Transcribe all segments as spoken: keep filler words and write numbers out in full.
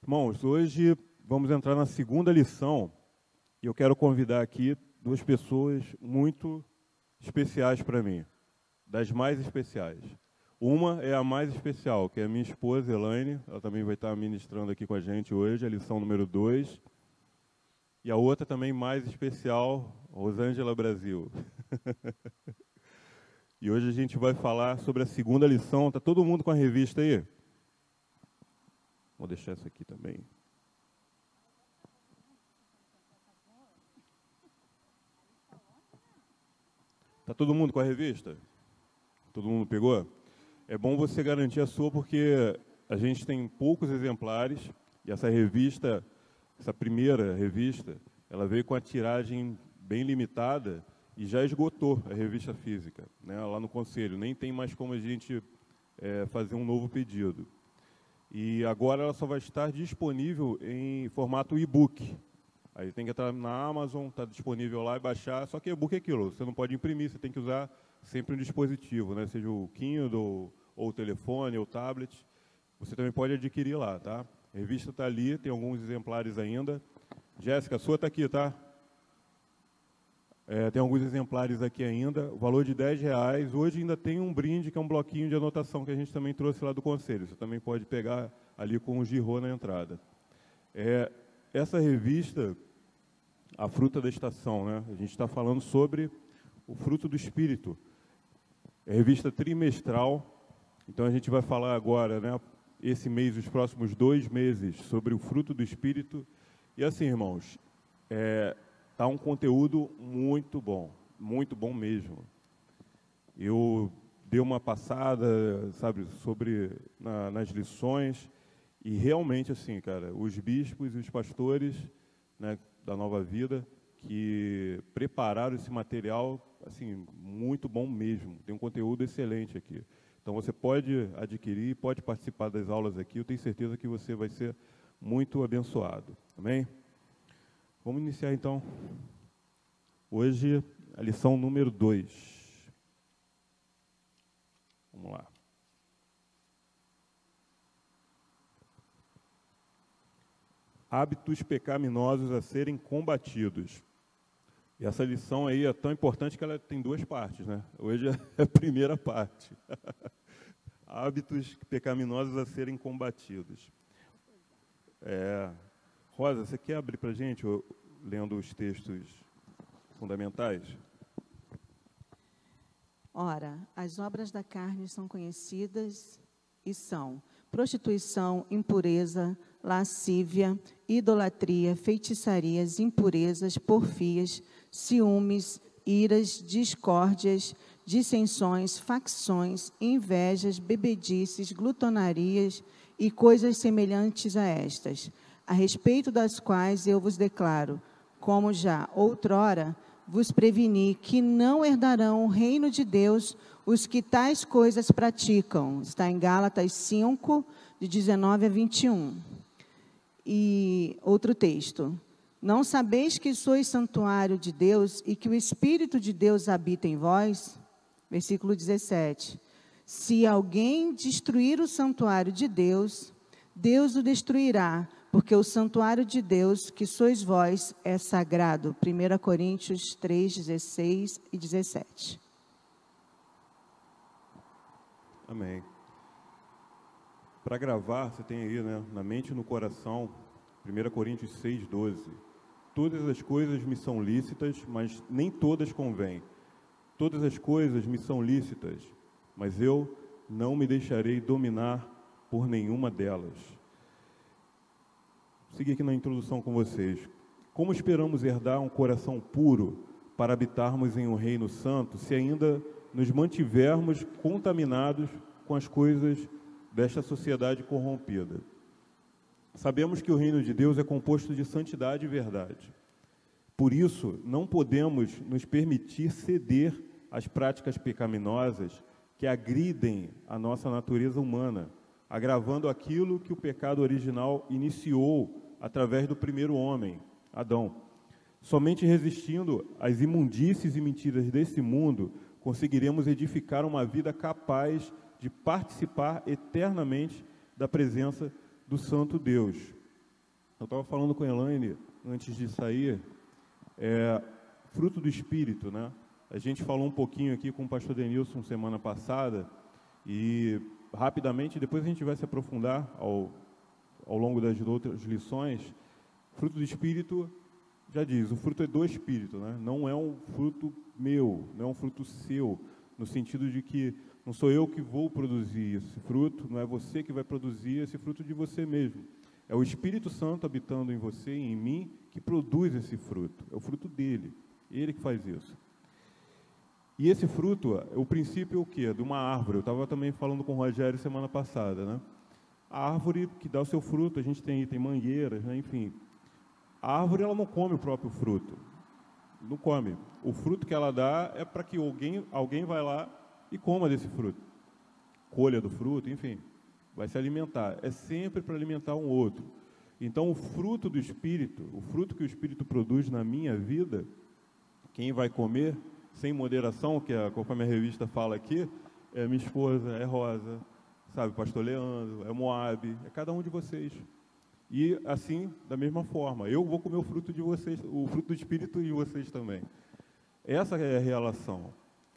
Irmãos, hoje vamos entrar na segunda lição e eu quero convidar aqui duas pessoas muito especiais para mim, das mais especiais. Uma é a mais especial, que é a minha esposa, Elaine, ela também vai estar ministrando aqui com a gente hoje, a lição número dois. E a outra também mais especial, Rosângela Brasil. E hoje a gente vai falar sobre a segunda lição. Está todo mundo com a revista aí? Vou deixar essa aqui também. Está todo mundo com a revista? Todo mundo pegou? É bom você garantir a sua, porque a gente tem poucos exemplares, e essa revista, essa primeira revista, ela veio com a tiragem bem limitada e já esgotou a revista física, né, lá no Conselho. Nem tem mais como a gente é, fazer um novo pedido. E agora ela só vai estar disponível em formato e-book. Aí tem que entrar na Amazon, está disponível lá e baixar. Só que e-book é aquilo, você não pode imprimir, você tem que usar sempre um dispositivo, né? Seja o Kindle, ou o telefone, ou o tablet. Você também pode adquirir lá, tá? A revista está ali, tem alguns exemplares ainda. Jéssica, a sua está aqui, tá? É, tem alguns exemplares aqui ainda. O valor de dez reais. Hoje ainda tem um brinde, que é um bloquinho de anotação, que a gente também trouxe lá do Conselho. Você também pode pegar ali com o girô na entrada. É, essa revista, A Fruta da Estação, né? A gente está falando sobre o fruto do Espírito. É revista trimestral. Então a gente vai falar agora, né, esse mês, os próximos dois meses, sobre o fruto do Espírito. E assim, irmãos, é, tá um conteúdo muito bom, muito bom mesmo. Eu dei uma passada, sabe, sobre na, nas lições, e realmente, assim, cara, os bispos e os pastores, né, da Nova Vida, que prepararam esse material, assim, muito bom mesmo. Tem um conteúdo excelente aqui. Então, você pode adquirir, pode participar das aulas aqui. Eu tenho certeza que você vai ser muito abençoado. Amém? Vamos iniciar, então. Hoje, a lição número dois. Vamos lá. Hábitos pecaminosos a serem combatidos. E essa lição aí é tão importante que ela tem duas partes, né? Hoje é a primeira parte. Hábitos pecaminosos a serem combatidos. É, Rosa, você quer abrir para a gente, lendo os textos fundamentais? Ora, as obras da carne são conhecidas e são prostituição, impureza, lascívia, idolatria, feitiçarias, impurezas, porfias, ciúmes, iras, discórdias, dissensões, facções, invejas, bebedices, glutonarias e coisas semelhantes a estas, a respeito das quais eu vos declaro, como já outrora vos preveni, que não herdarão o reino de Deus os que tais coisas praticam. Está em Gálatas cinco, de dezenove a vinte e um. E outro texto. Não sabeis que sois santuário de Deus e que o Espírito de Deus habita em vós? Versículo dezessete. Se alguém destruir o santuário de Deus, Deus o destruirá, porque o santuário de Deus, que sois vós, é sagrado. primeira Coríntios três, dezesseis e dezessete. Amém. Para gravar, você tem aí, né, na mente e no coração, primeira Coríntios seis, doze. Todas as coisas me são lícitas, mas nem todas convêm. Todas as coisas me são lícitas, mas eu não me deixarei dominar por nenhuma delas. Vou seguir aqui na introdução com vocês. Como esperamos herdar um coração puro para habitarmos em um reino santo, se ainda nos mantivermos contaminados com as coisas desta sociedade corrompida? Sabemos que o reino de Deus é composto de santidade e verdade. Por isso, não podemos nos permitir ceder às práticas pecaminosas que agridem a nossa natureza humana, agravando aquilo que o pecado original iniciou através do primeiro homem, Adão. Somente resistindo às imundícies e mentiras desse mundo, conseguiremos edificar uma vida capaz de participar eternamente da presença do Santo Deus. Eu estava falando com a Elaine, antes de sair, é, fruto do Espírito, né? A gente falou um pouquinho aqui com o pastor Denilson semana passada, e rapidamente, depois a gente vai se aprofundar ao, ao longo das outras lições. Fruto do Espírito, já diz, o fruto é do Espírito, né? Não é um fruto meu, não é um fruto seu, no sentido de que não sou eu que vou produzir esse fruto, não é você que vai produzir esse fruto de você mesmo. É o Espírito Santo habitando em você e em mim que produz esse fruto. É o fruto dele, ele que faz isso. E esse fruto, o princípio é o quê? De uma árvore. Eu estava também falando com o Rogério semana passada, né? A árvore que dá o seu fruto, a gente tem, tem mangueiras, né? Enfim. A árvore, ela não come o próprio fruto. Não come. O fruto que ela dá é para que alguém, alguém vai lá e coma desse fruto. Colha do fruto, enfim. Vai se alimentar. É sempre para alimentar um outro. Então, o fruto do Espírito, o fruto que o Espírito produz na minha vida, quem vai comer, sem moderação, que é, conforme a revista fala aqui, é minha esposa, é Rosa, sabe, o pastor Leandro, é Moab, é cada um de vocês. E assim, da mesma forma, eu vou comer o fruto de vocês, o fruto do Espírito de vocês também. Essa é a relação.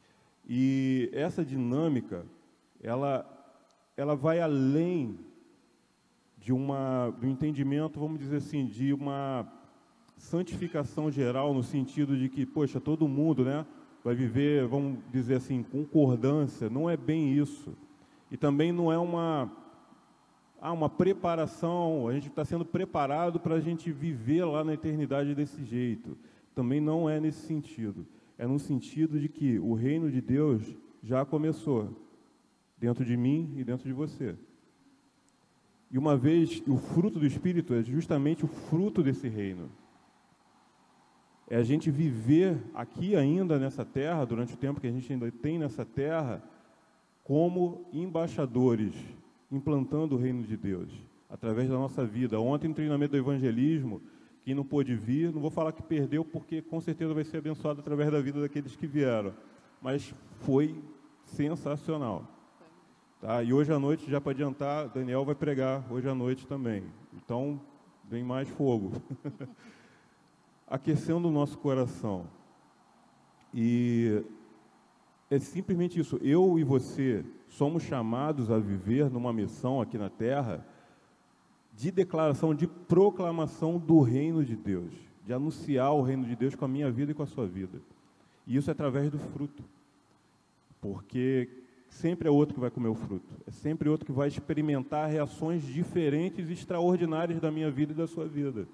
E essa dinâmica, ela, ela vai além de, uma, de um entendimento, vamos dizer assim, de uma santificação geral, no sentido de que, poxa, todo mundo, né, vai viver, vamos dizer assim, concordância. Não é bem isso. E também não é uma, ah, uma preparação, a gente está sendo preparado para a gente viver lá na eternidade desse jeito. Também não é nesse sentido. É no sentido de que o reino de Deus já começou dentro de mim e dentro de você. E uma vez, o fruto do Espírito é justamente o fruto desse reino. É a gente viver aqui ainda nessa terra, durante o tempo que a gente ainda tem nessa terra, como embaixadores, implantando o reino de Deus, através da nossa vida. Ontem, no treinamento do evangelismo, quem não pôde vir, não vou falar que perdeu, porque com certeza vai ser abençoado através da vida daqueles que vieram. Mas foi sensacional. Tá? E hoje à noite, já para adiantar, Daniel vai pregar hoje à noite também. Então, vem mais fogo. Aquecendo o nosso coração. E é simplesmente isso. Eu e você somos chamados a viver numa missão aqui na Terra de declaração, de proclamação do reino de Deus, de anunciar o reino de Deus com a minha vida e com a sua vida. E isso é através do fruto. Porque sempre é outro que vai comer o fruto. É sempre outro que vai experimentar reações diferentes e extraordinárias da minha vida e da sua vida.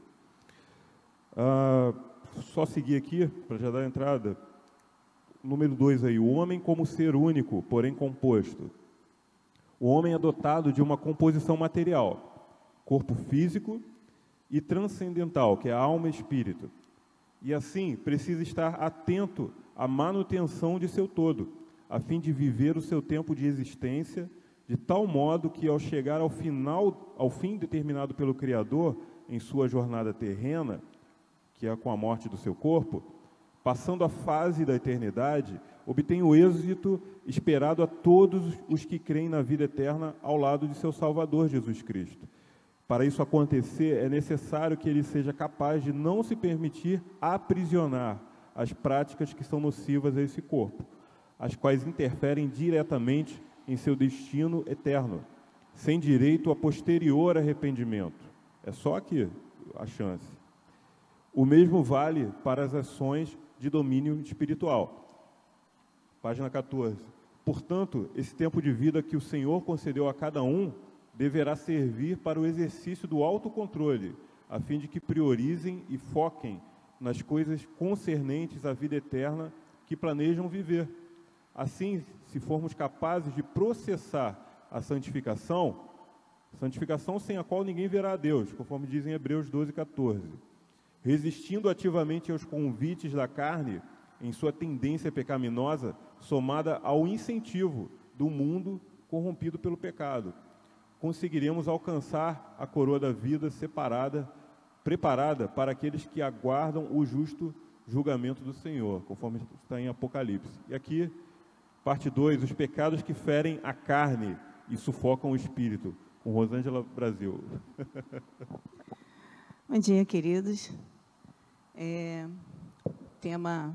Ah, só seguir aqui, para já dar a entrada. Número dois aí, o homem como ser único, porém composto. O homem é dotado de uma composição material, corpo físico e transcendental, que é alma e espírito. E assim, precisa estar atento à manutenção de seu todo, a fim de viver o seu tempo de existência, de tal modo que ao chegar ao final, ao fim determinado pelo Criador, em sua jornada terrena, que é com a morte do seu corpo, passando a fase da eternidade, obtém o êxito esperado a todos os que creem na vida eterna ao lado de seu Salvador, Jesus Cristo. Para isso acontecer, é necessário que ele seja capaz de não se permitir aprisionar as práticas que são nocivas a esse corpo, as quais interferem diretamente em seu destino eterno, sem direito a posterior arrependimento. É só aqui a chance. O mesmo vale para as ações de domínio espiritual. Página quatorze. Portanto, esse tempo de vida que o Senhor concedeu a cada um deverá servir para o exercício do autocontrole, a fim de que priorizem e foquem nas coisas concernentes à vida eterna que planejam viver. Assim, se formos capazes de processar a santificação, santificação sem a qual ninguém verá a Deus, conforme dizem Hebreus doze, quatorze. Resistindo ativamente aos convites da carne, em sua tendência pecaminosa, somada ao incentivo do mundo corrompido pelo pecado, conseguiremos alcançar a coroa da vida separada, preparada para aqueles que aguardam o justo julgamento do Senhor, conforme está em Apocalipse. E aqui, parte dois, os pecados que ferem a carne e sufocam o espírito, com Rosângela Brasil. Bom dia, queridos. É, tema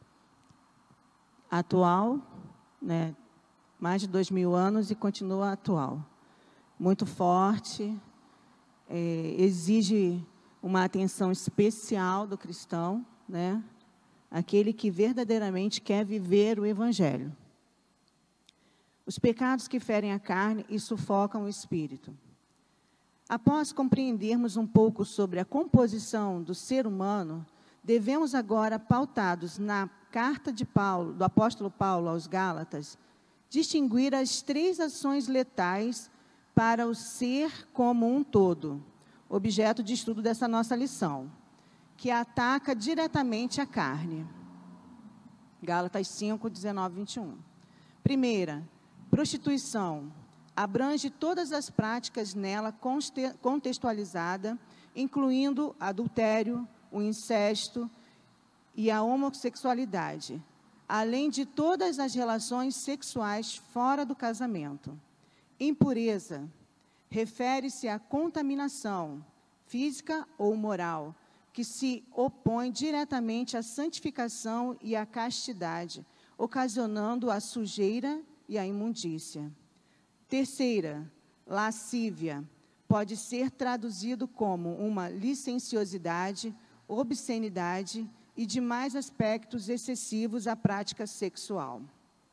atual, né? Mais de dois mil anos e continua atual. Muito forte, é, exige uma atenção especial do cristão, né? Aquele que verdadeiramente quer viver o Evangelho. Os pecados que ferem a carne e sufocam o espírito. Após compreendermos um pouco sobre a composição do ser humano, devemos agora, pautados na carta de Paulo, do apóstolo Paulo aos Gálatas, distinguir as três ações letais para o ser como um todo, objeto de estudo dessa nossa lição, que ataca diretamente a carne. Gálatas cinco, dezenove, vinte e um. Primeira, prostituição. Abrange todas as práticas nela contextualizada, incluindo adultério, o incesto e a homossexualidade, além de todas as relações sexuais fora do casamento. Impureza refere-se à contaminação física ou moral, que se opõe diretamente à santificação e à castidade, ocasionando a sujeira e a imundícia. Terceira, lascívia, pode ser traduzido como uma licenciosidade, obscenidade e demais aspectos excessivos à prática sexual.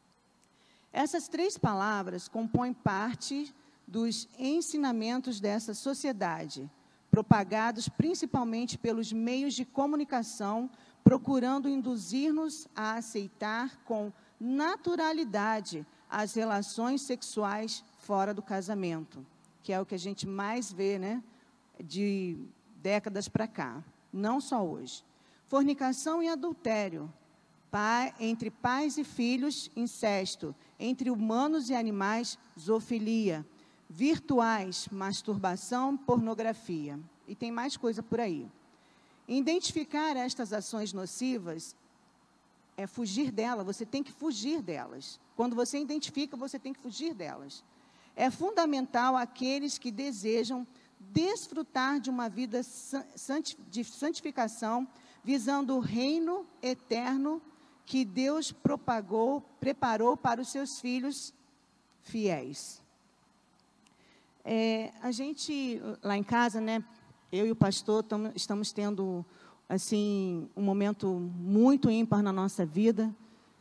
Essas três palavras compõem parte dos ensinamentos dessa sociedade, propagados principalmente pelos meios de comunicação, procurando induzir-nos a aceitar com naturalidade as relações sexuais fora do casamento, que é o que a gente mais vê, né, de décadas para cá, não só hoje. Fornicação e adultério, pai, entre pais e filhos, incesto, entre humanos e animais, zoofilia, virtuais, masturbação, pornografia. E tem mais coisa por aí. Identificar estas ações nocivas é fugir delas, você tem que fugir delas. Quando você identifica, você tem que fugir delas. É fundamental aqueles que desejam desfrutar de uma vida de santificação, visando o reino eterno que Deus propagou, preparou para os seus filhos fiéis. É, a gente, lá em casa, né, eu e o pastor tam, estamos tendo assim, um momento muito ímpar na nossa vida,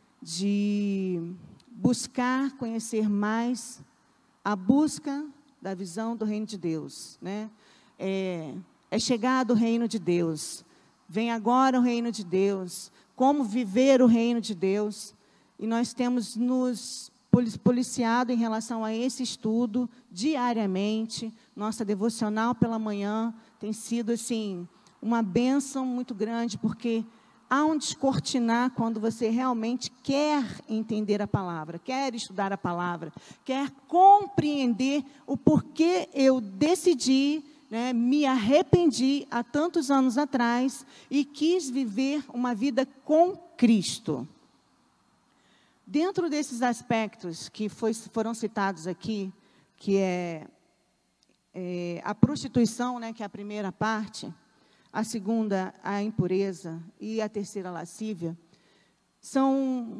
de buscar conhecer mais a busca da visão do reino de Deus, né? É, é chegado o reino de Deus, vem agora o reino de Deus, como viver o reino de Deus, e nós temos nos policiado em relação a esse estudo diariamente. Nossa devocional pela manhã tem sido assim uma bênção muito grande, porque há um descortinar quando você realmente quer entender a palavra, quer estudar a palavra, quer compreender o porquê eu decidi, né, me arrependi há tantos anos atrás e quis viver uma vida com Cristo. Dentro desses aspectos que foi, foram citados aqui, que é, é a prostituição, né, que é a primeira parte, a segunda, a impureza, e a terceira, a lascívia, são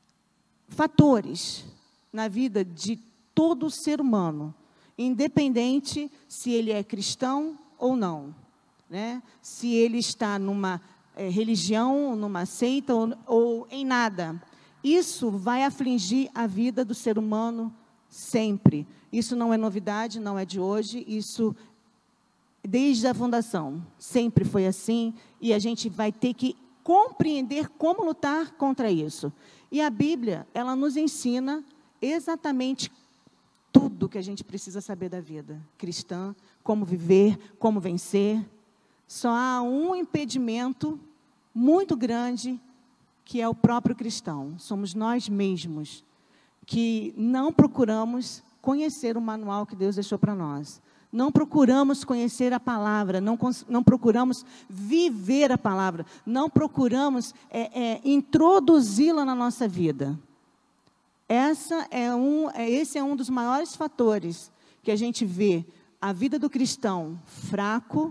fatores na vida de todo ser humano, independente se ele é cristão ou não, né? Se ele está numa é, religião, numa seita ou, ou em nada. Isso vai afligir a vida do ser humano sempre. Isso não é novidade, não é de hoje, isso desde a fundação, sempre foi assim, e a gente vai ter que compreender como lutar contra isso. E a Bíblia, ela nos ensina exatamente tudo que a gente precisa saber da vida cristã, como viver, como vencer. Só há um impedimento muito grande, que é o próprio cristão. Somos nós mesmos, que não procuramos conhecer o manual que Deus deixou para nós. Não procuramos conhecer a palavra, não, não procuramos viver a palavra, não procuramos é, é, introduzi-la na nossa vida. Essa é um, é, esse é um dos maiores fatores que a gente vê a vida do cristão fraco,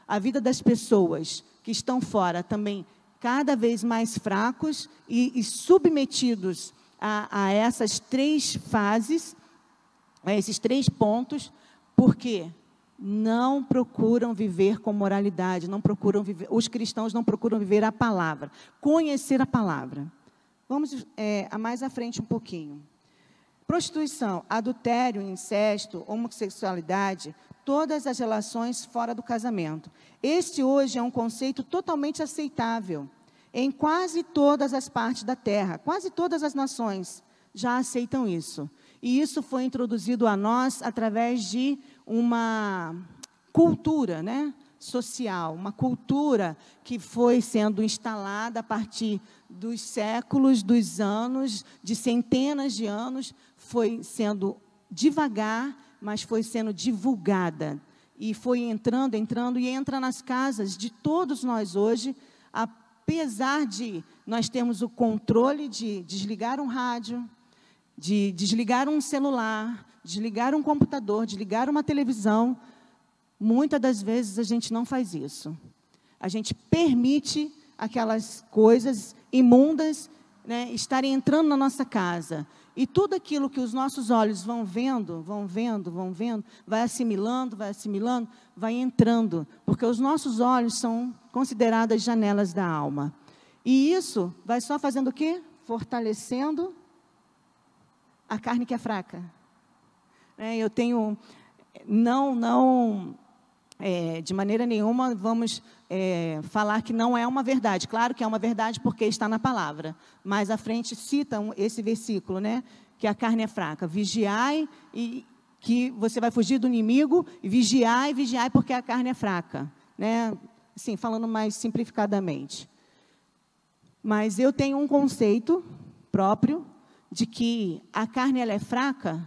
a vida das pessoas que estão fora também cada vez mais fracos e, e submetidos a, a essas três fases, a esses três pontos, porque não procuram viver com moralidade, não procuram viver, os cristãos não procuram viver a palavra, conhecer a palavra. Vamos é, a mais à frente um pouquinho. Prostituição, adultério, incesto, homossexualidade, todas as relações fora do casamento. Este hoje é um conceito totalmente aceitável em quase todas as partes da terra, quase todas as nações já aceitam isso. E isso foi introduzido a nós através de uma cultura, né, social, uma cultura que foi sendo instalada a partir dos séculos, dos anos, de centenas de anos, foi sendo devagar, mas foi sendo divulgada. E foi entrando, entrando, e entra nas casas de todos nós hoje, apesar de nós termos o controle de desligar um rádio, de desligar um celular, desligar um computador, desligar uma televisão, muitas das vezes a gente não faz isso. A gente permite aquelas coisas imundas, né, estarem entrando na nossa casa. E tudo aquilo que os nossos olhos vão vendo, vão vendo, vão vendo, vai assimilando, vai assimilando, vai entrando. Porque os nossos olhos são consideradas janelas da alma. E isso vai só fazendo o quê? Fortalecendo a carne que é fraca. É, eu tenho, não, não, é, de maneira nenhuma vamos é, falar que não é uma verdade. Claro que é uma verdade porque está na palavra. Mas à frente cita esse versículo, né? Que a carne é fraca. Vigiai, e que você vai fugir do inimigo, e vigiai, vigiai porque a carne é fraca. Né? Assim, falando mais simplificadamente. Mas eu tenho um conceito próprio de que a carne ela é fraca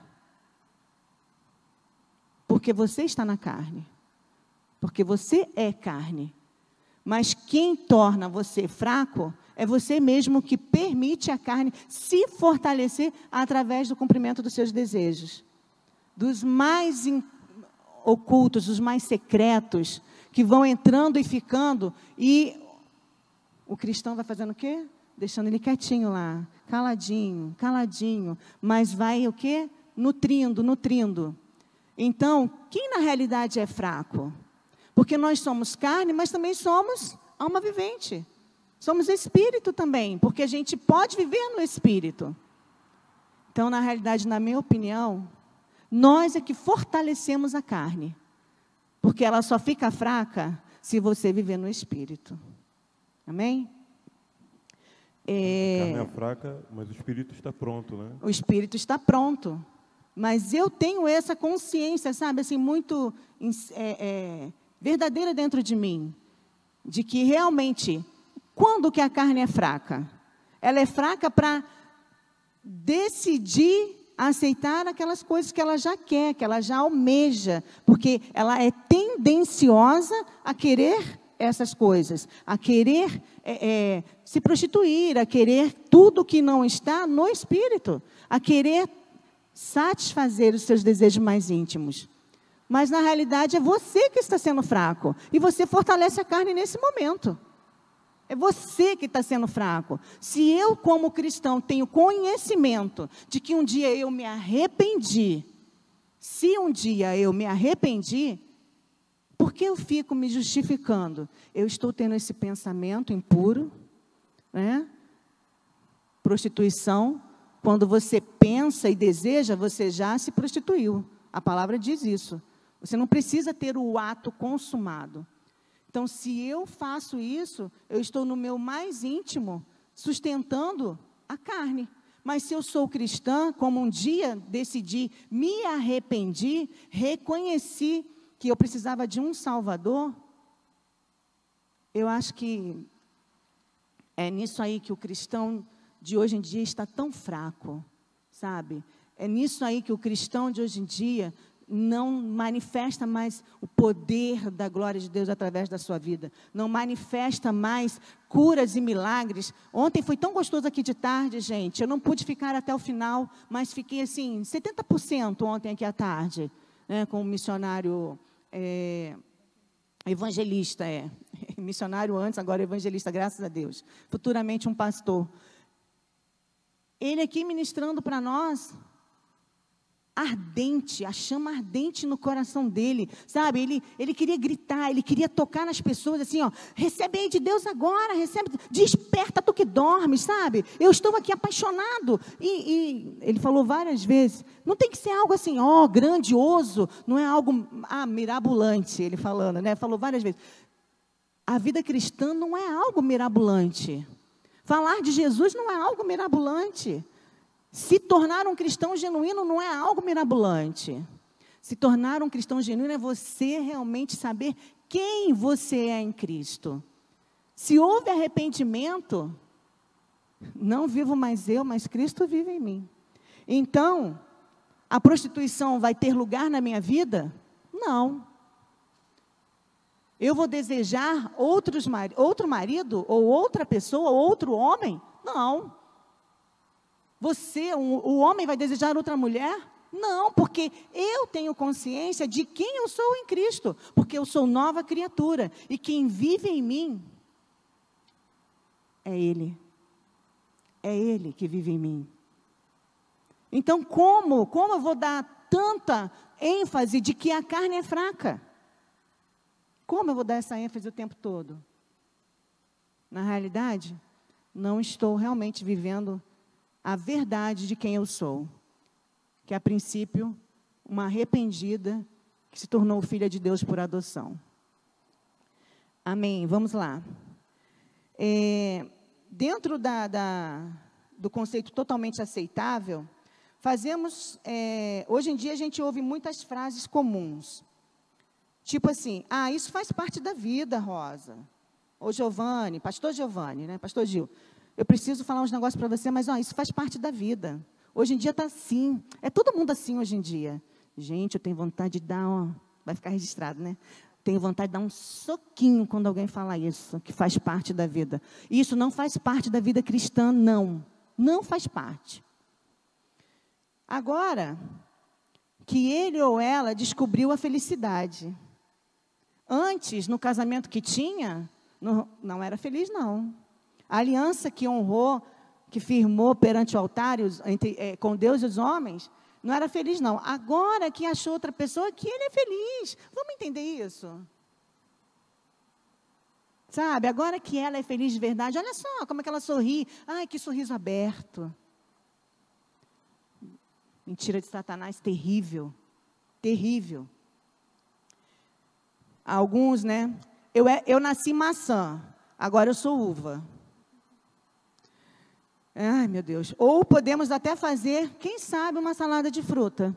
porque você está na carne, porque você é carne. Mas quem torna você fraco é você mesmo que permite a carne se fortalecer através do cumprimento dos seus desejos, dos mais in, ocultos, dos mais secretos, que vão entrando e ficando, e o cristão vai fazendo o quê? Deixando ele quietinho lá, caladinho, caladinho, mas vai o quê? Nutrindo, nutrindo. Então, quem na realidade é fraco? Porque nós somos carne, mas também somos alma vivente. Somos espírito também, porque a gente pode viver no espírito. Então, na realidade, na minha opinião, nós é que fortalecemos a carne. Porque ela só fica fraca se você viver no espírito. Amém? É, a carne é fraca, mas o espírito está pronto, né? O espírito está pronto. Mas eu tenho essa consciência, sabe, assim, muito é, é, verdadeira dentro de mim, de que realmente, quando que a carne é fraca? Ela é fraca para decidir aceitar aquelas coisas que ela já quer, que ela já almeja, porque ela é tendenciosa a querer essas coisas, a querer é, é, se prostituir, a querer tudo que não está no espírito, a querer satisfazer os seus desejos mais íntimos. Mas, na realidade, é você que está sendo fraco, e você fortalece a carne nesse momento. É você que está sendo fraco. Se eu, como cristão, tenho conhecimento de que um dia eu me arrependi, se um dia eu me arrependi, por que eu fico me justificando? Eu estou tendo esse pensamento impuro, né? Prostituição. Quando você pensa e deseja, você já se prostituiu. A palavra diz isso. Você não precisa ter o ato consumado. Então, se eu faço isso, eu estou no meu mais íntimo, sustentando a carne. Mas se eu sou cristã, como um dia decidi, me arrependi, reconheci que eu precisava de um Salvador, eu acho que é nisso aí que o cristão de hoje em dia está tão fraco, sabe? É nisso aí que o cristão de hoje em dia não manifesta mais o poder da glória de Deus através da sua vida. Não manifesta mais curas e milagres. Ontem foi tão gostoso aqui de tarde, gente. Eu não pude ficar até o final, mas fiquei assim, setenta por cento ontem aqui à tarde, né, com o missionário é, evangelista, é. Missionário antes, agora evangelista, graças a Deus. Futuramente um pastor. Ele aqui ministrando para nós, ardente, a chama ardente no coração dele, sabe? Ele, ele queria gritar, ele queria tocar nas pessoas, assim, ó, recebe aí de Deus agora, recebe, desperta tu que dormes, sabe? Eu estou aqui apaixonado. E, e ele falou várias vezes, não tem que ser algo assim, ó, grandioso, não é algo, ah, mirabolante, ele falando, né? Falou várias vezes. A vida cristã não é algo mirabolante. Falar de Jesus não é algo mirabolante. Se tornar um cristão genuíno não é algo mirabolante. Se tornar um cristão genuíno é você realmente saber quem você é em Cristo. Se houve arrependimento, não vivo mais eu, mas Cristo vive em mim. Então, a prostituição vai ter lugar na minha vida? Não. Eu vou desejar outros, outro marido, ou outra pessoa, ou outro homem? Não. Você, o, o homem vai desejar outra mulher? Não, porque eu tenho consciência de quem eu sou em Cristo, porque eu sou nova criatura, e quem vive em mim é Ele. É Ele que vive em mim. Então, como? Como eu vou dar tanta ênfase de que a carne é fraca? Como eu vou dar essa ênfase o tempo todo? Na realidade, não estou realmente vivendo a verdade de quem eu sou, que a princípio, uma arrependida que se tornou filha de Deus por adoção. Amém, vamos lá. É, dentro da, da, do conceito totalmente aceitável, fazemos, é, hoje em dia a gente ouve muitas frases comuns, tipo assim, ah, isso faz parte da vida, Rosa. Ô Giovanni, pastor Giovanni, né, pastor Gil, eu preciso falar uns negócios para você, mas ó, isso faz parte da vida. Hoje em dia está assim. É todo mundo assim hoje em dia. Gente, eu tenho vontade de dar, ó, vai ficar registrado, né? Tenho vontade de dar um soquinho quando alguém fala isso, que faz parte da vida. Isso não faz parte da vida cristã, não. Não faz parte. Agora, que ele ou ela descobriu a felicidade. Antes, no casamento que tinha, não, não era feliz, não. A aliança que honrou, que firmou perante o altar entre, é, com Deus e os homens, não era feliz, não. Agora que achou outra pessoa, que ele é feliz. Vamos entender isso? Sabe, agora que ela é feliz de verdade, olha só como é que ela sorri. Ai, que sorriso aberto. Mentira de Satanás, terrível. Terrível. Alguns, né? Eu, eu nasci maçã, agora eu sou uva. Ai, meu Deus. Ou podemos até fazer, quem sabe, uma salada de fruta.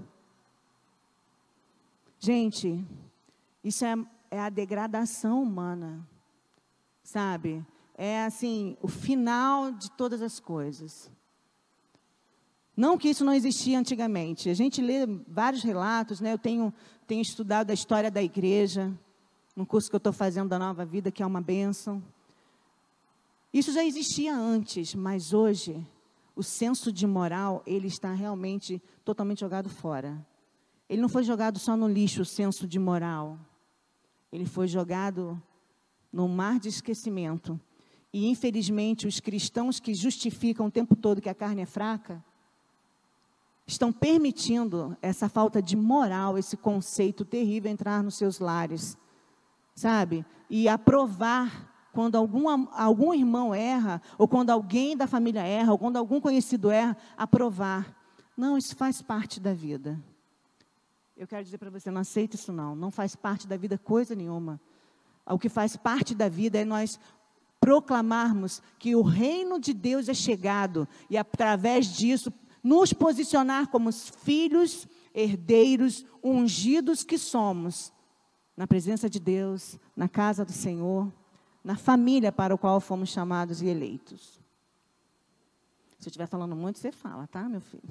Gente, isso é, é a degradação humana, sabe? É assim, o final de todas as coisas. Não que isso não existia antigamente. A gente lê vários relatos, né? Eu tenho, tenho estudado a história da igreja, no curso que eu estou fazendo da Nova Vida, que é uma bênção. Isso já existia antes, mas hoje, o senso de moral, ele está realmente totalmente jogado fora. Ele não foi jogado só no lixo, o senso de moral. Ele foi jogado no mar de esquecimento. E, infelizmente, os cristãos que justificam o tempo todo que a carne é fraca, estão permitindo essa falta de moral, esse conceito terrível entrar nos seus lares, sabe? E aprovar quando algum, algum irmão erra, ou quando alguém da família erra, ou quando algum conhecido erra, aprovar. Não, isso faz parte da vida. Eu quero dizer para você, não aceita isso não, não faz parte da vida coisa nenhuma. O que faz parte da vida é nós proclamarmos que o reino de Deus é chegado, e através disso, nos posicionar como os filhos, herdeiros, ungidos que somos, na presença de Deus, na casa do Senhor, na família para o qual fomos chamados e eleitos. Se eu estiver falando muito, você fala, tá, meu filho?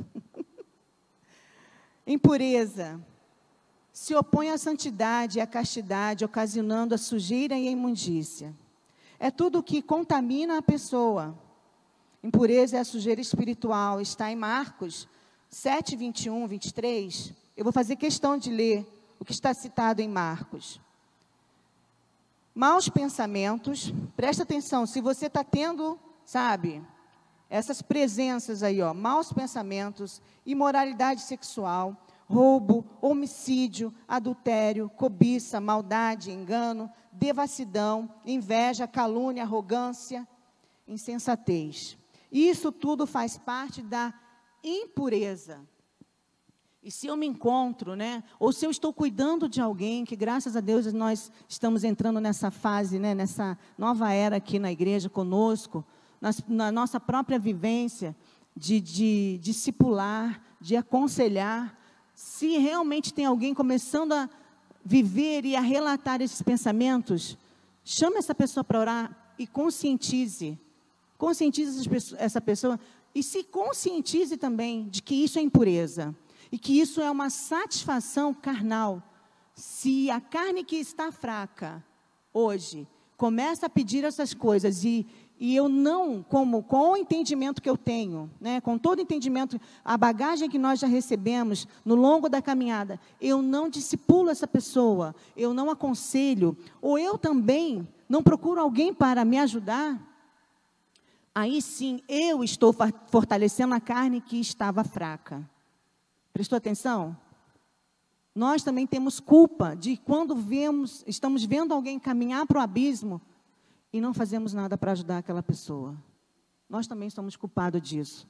Impureza. Se opõe à santidade e à castidade, ocasionando a sujeira e a imundícia. É tudo o que contamina a pessoa. Impureza é a sujeira espiritual. Está em Marcos sete, vinte e um, vinte e três. Eu vou fazer questão de ler o que está citado em Marcos. Maus pensamentos, presta atenção, se você está tendo, sabe, essas presenças aí, ó, maus pensamentos, imoralidade sexual, roubo, homicídio, adultério, cobiça, maldade, engano, devassidão, inveja, calúnia, arrogância, insensatez. Isso tudo faz parte da impureza. E se eu me encontro, né, ou se eu estou cuidando de alguém, que graças a Deus nós estamos entrando nessa fase, né, nessa nova era aqui na igreja conosco, nas, na nossa própria vivência de, de discipular, de aconselhar, se realmente tem alguém começando a viver e a relatar esses pensamentos, chame essa pessoa para orar e conscientize, conscientize essa pessoa e se conscientize também de que isso é impureza. E que isso é uma satisfação carnal. Se a carne que está fraca, hoje, começa a pedir essas coisas, e, e eu não, como, com o entendimento que eu tenho, né, com todo o entendimento, a bagagem que nós já recebemos no longo da caminhada, eu não discipulo essa pessoa, eu não aconselho, ou eu também não procuro alguém para me ajudar, aí sim, eu estou fortalecendo a carne que estava fraca. Prestou atenção? Nós também temos culpa de quando vemos, estamos vendo alguém caminhar para o abismo e não fazemos nada para ajudar aquela pessoa. Nós também somos culpados disso.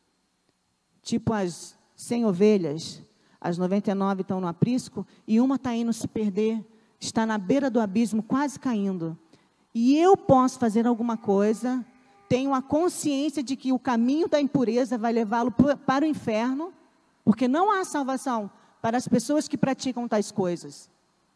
Tipo as cem ovelhas, as noventa e nove estão no aprisco e uma está indo se perder, está na beira do abismo, quase caindo. E eu posso fazer alguma coisa, tenho a consciência de que o caminho da impureza vai levá-lo para o inferno, porque não há salvação para as pessoas que praticam tais coisas.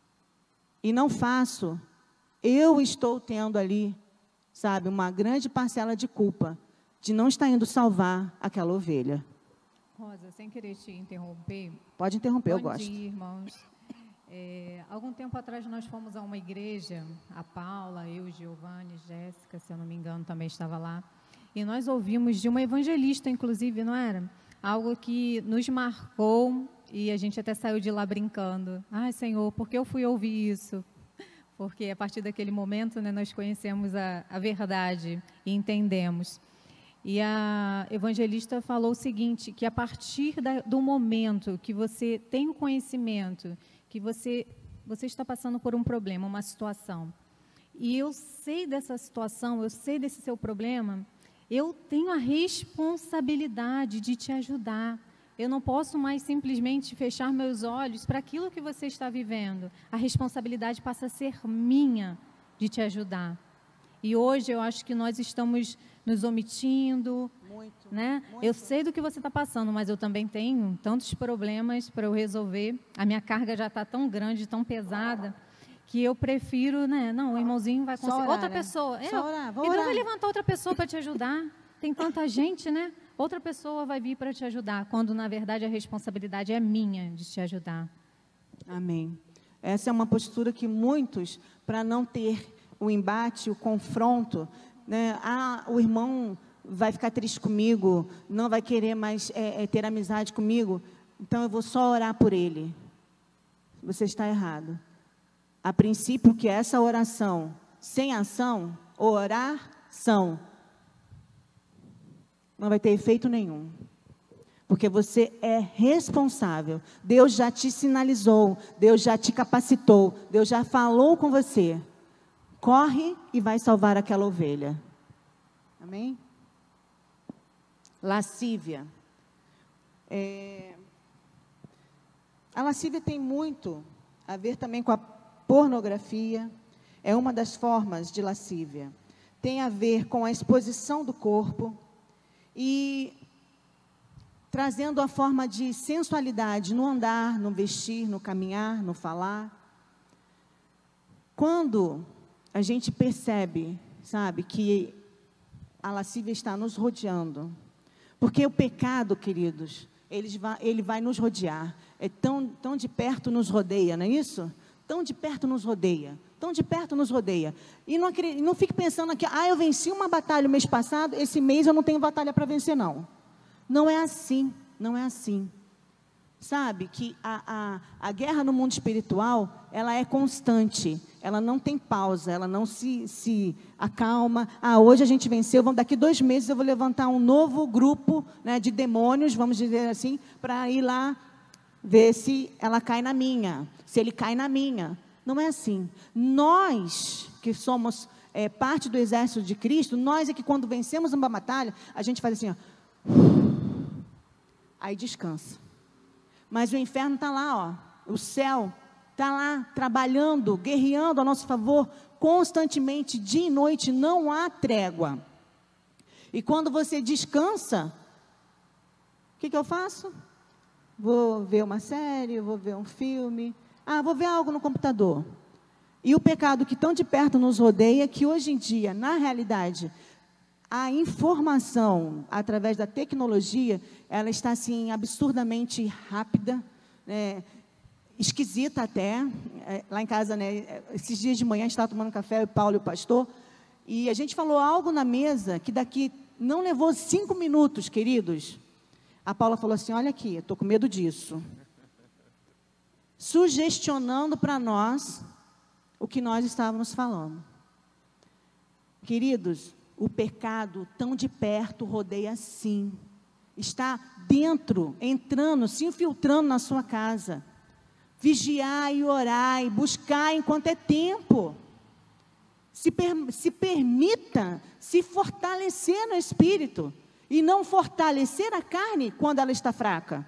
E não faço, eu estou tendo ali, sabe, uma grande parcela de culpa, de não estar indo salvar aquela ovelha. Rosa, sem querer te interromper. Pode interromper, eu Bom gosto. dia, irmãos. É, algum tempo atrás nós fomos a uma igreja, a Paula, eu, Giovanni, Jéssica, se eu não me engano, também estava lá. E nós ouvimos de uma evangelista, inclusive, não era? Algo que nos marcou e a gente até saiu de lá brincando. Ai, Senhor, por que eu fui ouvir isso? Porque a partir daquele momento, né, nós conhecemos a, a verdade e entendemos. E a evangelista falou o seguinte, que a partir da, do momento que você tem o conhecimento, que você, você está passando por um problema, uma situação, e eu sei dessa situação, eu sei desse seu problema, eu tenho a responsabilidade de te ajudar. Eu não posso mais simplesmente fechar meus olhos para aquilo que você está vivendo. A responsabilidade passa a ser minha de te ajudar. E hoje eu acho que nós estamos nos omitindo. Muito, né? Muito. Eu sei do que você está passando, mas eu também tenho tantos problemas para eu resolver. A minha carga já está tão grande, tão pesada, que eu prefiro, né? Não, o irmãozinho vai conseguir. Orar, outra né? pessoa. Só orar, vou então orar. vai levantar outra pessoa para te ajudar. Tem tanta gente, né? Outra pessoa vai vir para te ajudar, quando na verdade a responsabilidade é minha de te ajudar. Amém. Essa é uma postura que muitos, para não ter o embate, o confronto, né? Ah, o irmão vai ficar triste comigo, não vai querer mais é, é, ter amizade comigo, então eu vou só orar por ele. Você está errado. A princípio que essa oração, sem ação, oração, não vai ter efeito nenhum. Porque você é responsável. Deus já te sinalizou, Deus já te capacitou, Deus já falou com você. Corre e vai salvar aquela ovelha. Amém? Lascívia. É... A lascívia tem muito a ver também com a pornografia. É uma das formas de lascívia. Tem a ver com a exposição do corpo e trazendo a forma de sensualidade no andar, no vestir, no caminhar, no falar. Quando a gente percebe, sabe, que a lascívia está nos rodeando, porque o pecado, queridos, ele vai, ele vai nos rodear, é tão, tão de perto nos rodeia, não é isso? Tão de perto nos rodeia, tão de perto nos rodeia. E não, não fique pensando aqui, ah, eu venci uma batalha o mês passado, esse mês eu não tenho batalha para vencer, não. Não é assim, não é assim. Sabe que a, a, a guerra no mundo espiritual, ela é constante, ela não tem pausa, ela não se, se acalma. Ah, hoje a gente venceu, vamos, daqui dois meses eu vou levantar um novo grupo, né, de demônios, vamos dizer assim, para ir lá ver se ela cai na minha, se ele cai na minha. Não é assim. Nós que somos é, parte do exército de Cristo, nós é que quando vencemos uma batalha, a gente faz assim, ó, aí descansa. Mas o inferno está lá, ó, o céu está lá trabalhando, guerreando a nosso favor, constantemente, dia e noite, não há trégua. E quando você descansa, o que, que eu faço? Vou ver uma série, vou ver um filme, ah, vou ver algo no computador. E o pecado que tão de perto nos rodeia, que hoje em dia, na realidade, a informação, através da tecnologia, ela está, assim, absurdamente rápida, né, esquisita até. É, lá em casa, né, esses dias de manhã, a gente estava tomando café, o Paulo e o pastor, e a gente falou algo na mesa, que daqui não levou cinco minutos, queridos. A Paula falou assim, olha aqui, eu estou com medo disso. Sugestionando para nós o que nós estávamos falando. Queridos, o pecado tão de perto rodeia assim, está dentro, entrando, se infiltrando na sua casa. Vigiai e orai, buscai enquanto é tempo. Se, per, se permita se fortalecer no espírito e não fortalecer a carne quando ela está fraca.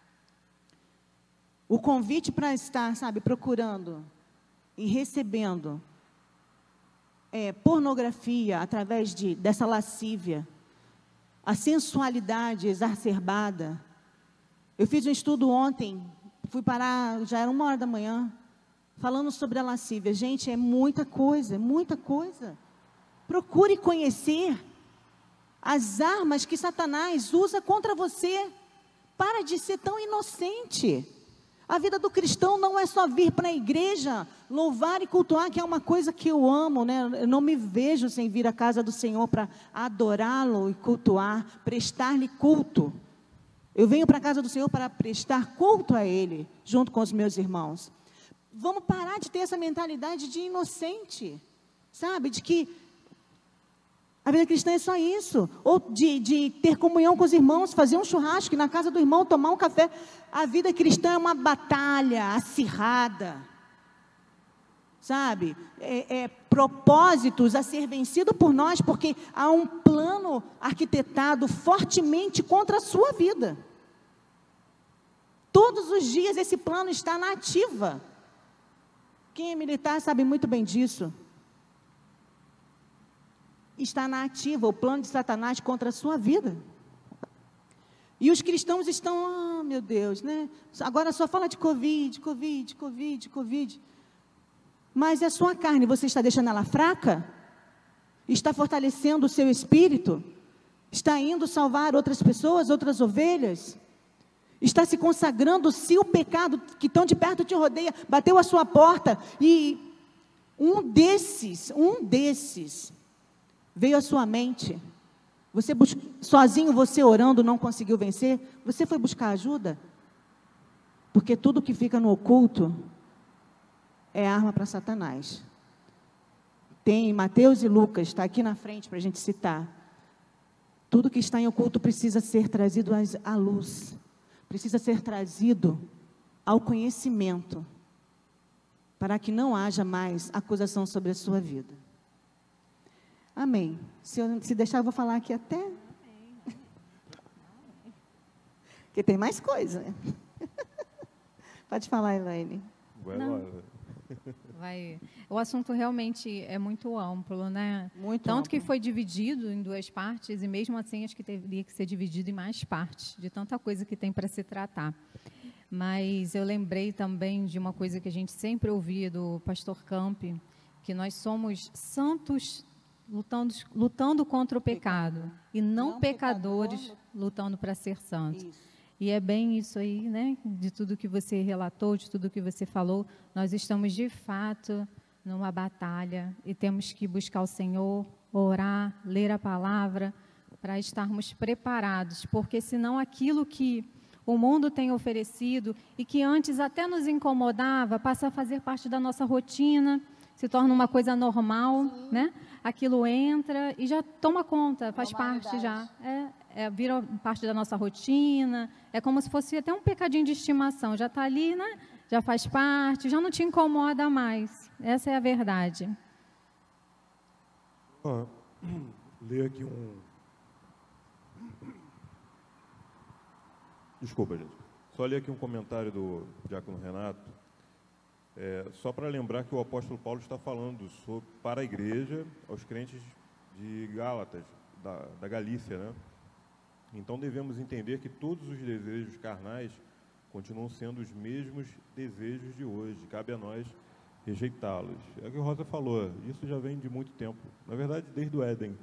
O convite para estar, sabe, procurando e recebendo É, pornografia, através de, dessa lascívia, a sensualidade exacerbada. Eu fiz um estudo ontem, fui parar, já era uma hora da manhã, falando sobre a lascívia. Gente, é muita coisa, é muita coisa. Procure conhecer as armas que Satanás usa contra você. Para de ser tão inocente. A vida do cristão não é só vir para a igreja, louvar e cultuar, que é uma coisa que eu amo, né? Eu não me vejo sem vir à casa do Senhor para adorá-lo e cultuar, prestar-lhe culto. Eu venho para a casa do Senhor para prestar culto a Ele, junto com os meus irmãos. Vamos parar de ter essa mentalidade de inocente, sabe? De que a vida cristã é só isso, ou de, de ter comunhão com os irmãos, fazer um churrasco na casa do irmão, tomar um café. A vida cristã é uma batalha acirrada, sabe? É, é, propósitos a ser vencido por nós, porque há um plano arquitetado fortemente contra a sua vida. Todos os dias esse plano está na ativa. Quem é militar sabe muito bem disso. Está na ativa o plano de Satanás contra a sua vida. E os cristãos estão, ah, meu Deus, né? Agora só fala de Covid, Covid, Covid, Covid. Mas é a sua carne, você está deixando ela fraca? Está fortalecendo o seu espírito? Está indo salvar outras pessoas, outras ovelhas? Está se consagrando se o pecado que tão de perto te rodeia, bateu a sua porta e um desses, um desses... veio à sua mente, você bus... sozinho, você orando, não conseguiu vencer, você foi buscar ajuda? Porque tudo que fica no oculto é arma para Satanás. Tem Mateus e Lucas, está aqui na frente para a gente citar. Tudo que está em oculto precisa ser trazido à luz, precisa ser trazido ao conhecimento, para que não haja mais acusação sobre a sua vida. Amém. Se, eu, se deixar, eu vou falar aqui até... Amém. Porque tem mais coisa. Pode falar, Elaine. Vai lá. Vai. O assunto realmente é muito amplo, né? Muito Tanto amplo. que foi dividido em duas partes, e mesmo assim acho que teria que ser dividido em mais partes, de tanta coisa que tem para se tratar. Mas eu lembrei também de uma coisa que a gente sempre ouvia do pastor Camp, que nós somos santos lutando, lutando contra o pecado, e não, não pecadores pecador. lutando para ser santos. Isso. E é bem isso aí, né? De tudo que você relatou, de tudo que você falou, nós estamos de fato numa batalha e temos que buscar o Senhor, orar, ler a palavra, para estarmos preparados, porque senão aquilo que o mundo tem oferecido e que antes até nos incomodava, passa a fazer parte da nossa rotina, se torna uma coisa normal, Sim. né? Aquilo entra e já toma conta, faz parte já, é, é, vira parte da nossa rotina, é como se fosse até um pecadinho de estimação, já está ali, né? Já faz parte, já não te incomoda mais, essa é a verdade. Ah, ler aqui um... Desculpa, gente. Só ler aqui um comentário do diácono Renato, é, só para lembrar que o apóstolo Paulo está falando sobre, para a igreja, aos crentes de Gálatas, da, da Galícia, né? Então devemos entender que todos os desejos carnais continuam sendo os mesmos desejos de hoje. Cabe a nós rejeitá-los. É o que o Rosa falou, isso já vem de muito tempo. Na verdade, desde o Éden.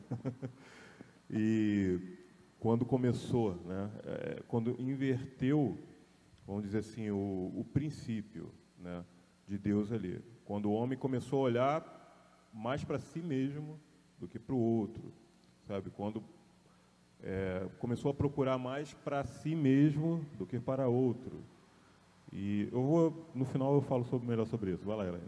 E quando começou, né, é, quando inverteu, vamos dizer assim, o, o princípio, né, de Deus ali. Quando o homem começou a olhar mais para si mesmo do que para o outro, sabe? Quando é, começou a procurar mais para si mesmo do que para outro. E eu vou, no final eu falo sobre, melhor sobre isso. Vai lá, Helena.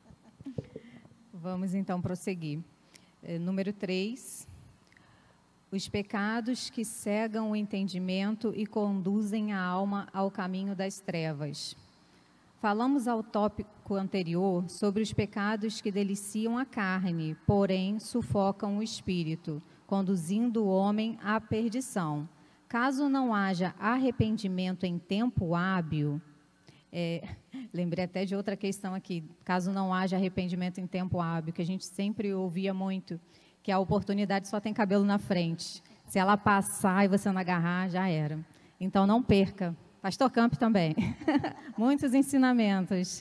Vamos então prosseguir. É, número três. Os pecados que cegam o entendimento e conduzem a alma ao caminho das trevas. Falamos ao tópico anterior sobre os pecados que deliciam a carne, porém sufocam o espírito, conduzindo o homem à perdição. Caso não haja arrependimento em tempo hábil, é, lembrei até de outra questão aqui, caso não haja arrependimento em tempo hábil, que a gente sempre ouvia muito, que a oportunidade só tem cabelo na frente. Se ela passar e você não agarrar, já era. Então, não perca. Pastor Camp também. Muitos ensinamentos.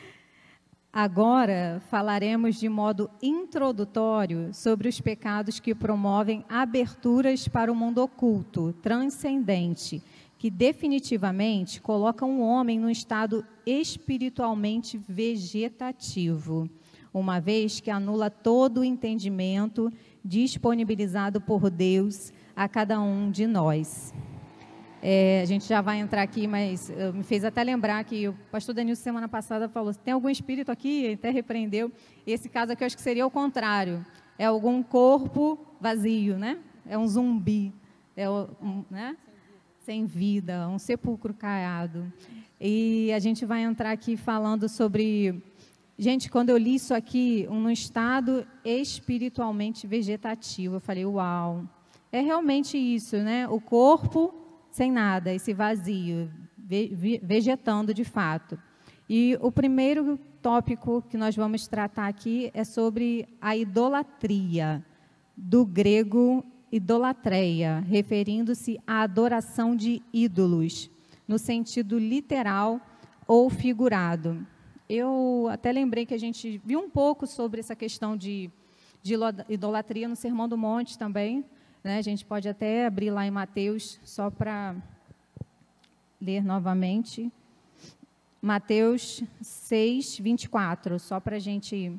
Agora, falaremos de modo introdutório sobre os pecados que promovem aberturas para o mundo oculto, transcendente, que definitivamente colocam o homem num estado espiritualmente vegetativo, uma vez que anula todo o entendimento disponibilizado por Deus a cada um de nós. É, a gente já vai entrar aqui, mas uh, me fez até lembrar que o pastor Danilo, semana passada, falou, tem algum espírito aqui? Ele até repreendeu. Esse caso aqui, eu acho que seria o contrário. É algum corpo vazio, né? É um zumbi, é um, né? Sem vida, um sepulcro caiado. E a gente vai entrar aqui falando sobre... Gente, quando eu li isso aqui, um estado espiritualmente vegetativo, eu falei, uau, é realmente isso, né? O corpo sem nada, esse vazio, vegetando de fato. E o primeiro tópico que nós vamos tratar aqui é sobre a idolatria, do grego idolatreia, referindo-se à adoração de ídolos, no sentido literal ou figurado. Eu até lembrei que a gente viu um pouco sobre essa questão de, de idolatria no Sermão do Monte também, né? A gente pode até abrir lá em Mateus, só para ler novamente. Mateus seis, vinte e quatro, só para a gente...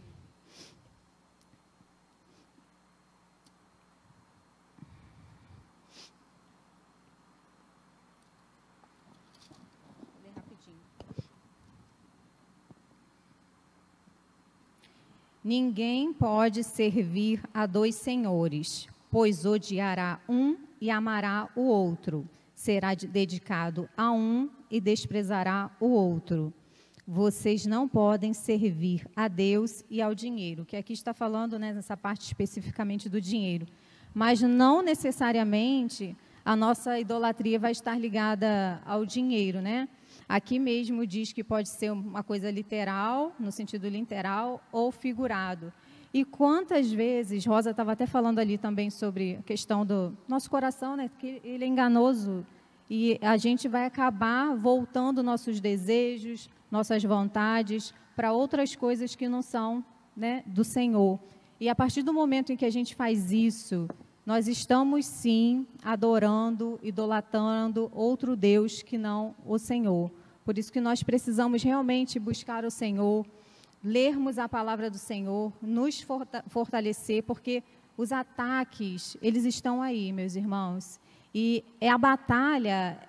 Ninguém pode servir a dois senhores, pois odiará um e amará o outro. Será dedicado a um e desprezará o outro. Vocês não podem servir a Deus e ao dinheiro, que aqui está falando, né, nessa parte especificamente do dinheiro. Mas não necessariamente a nossa idolatria vai estar ligada ao dinheiro, né? Aqui mesmo diz que pode ser uma coisa literal, no sentido literal, ou figurado. E quantas vezes, Rosa estava até falando ali também sobre a questão do nosso coração, né, que ele é enganoso, e a gente vai acabar voltando nossos desejos, nossas vontades, para outras coisas que não são, né, do Senhor. E a partir do momento em que a gente faz isso, nós estamos, sim, adorando, idolatrando outro Deus que não o Senhor. Por isso que nós precisamos realmente buscar o Senhor, lermos a palavra do Senhor, nos fortalecer, porque os ataques, eles estão aí, meus irmãos. E é a batalha,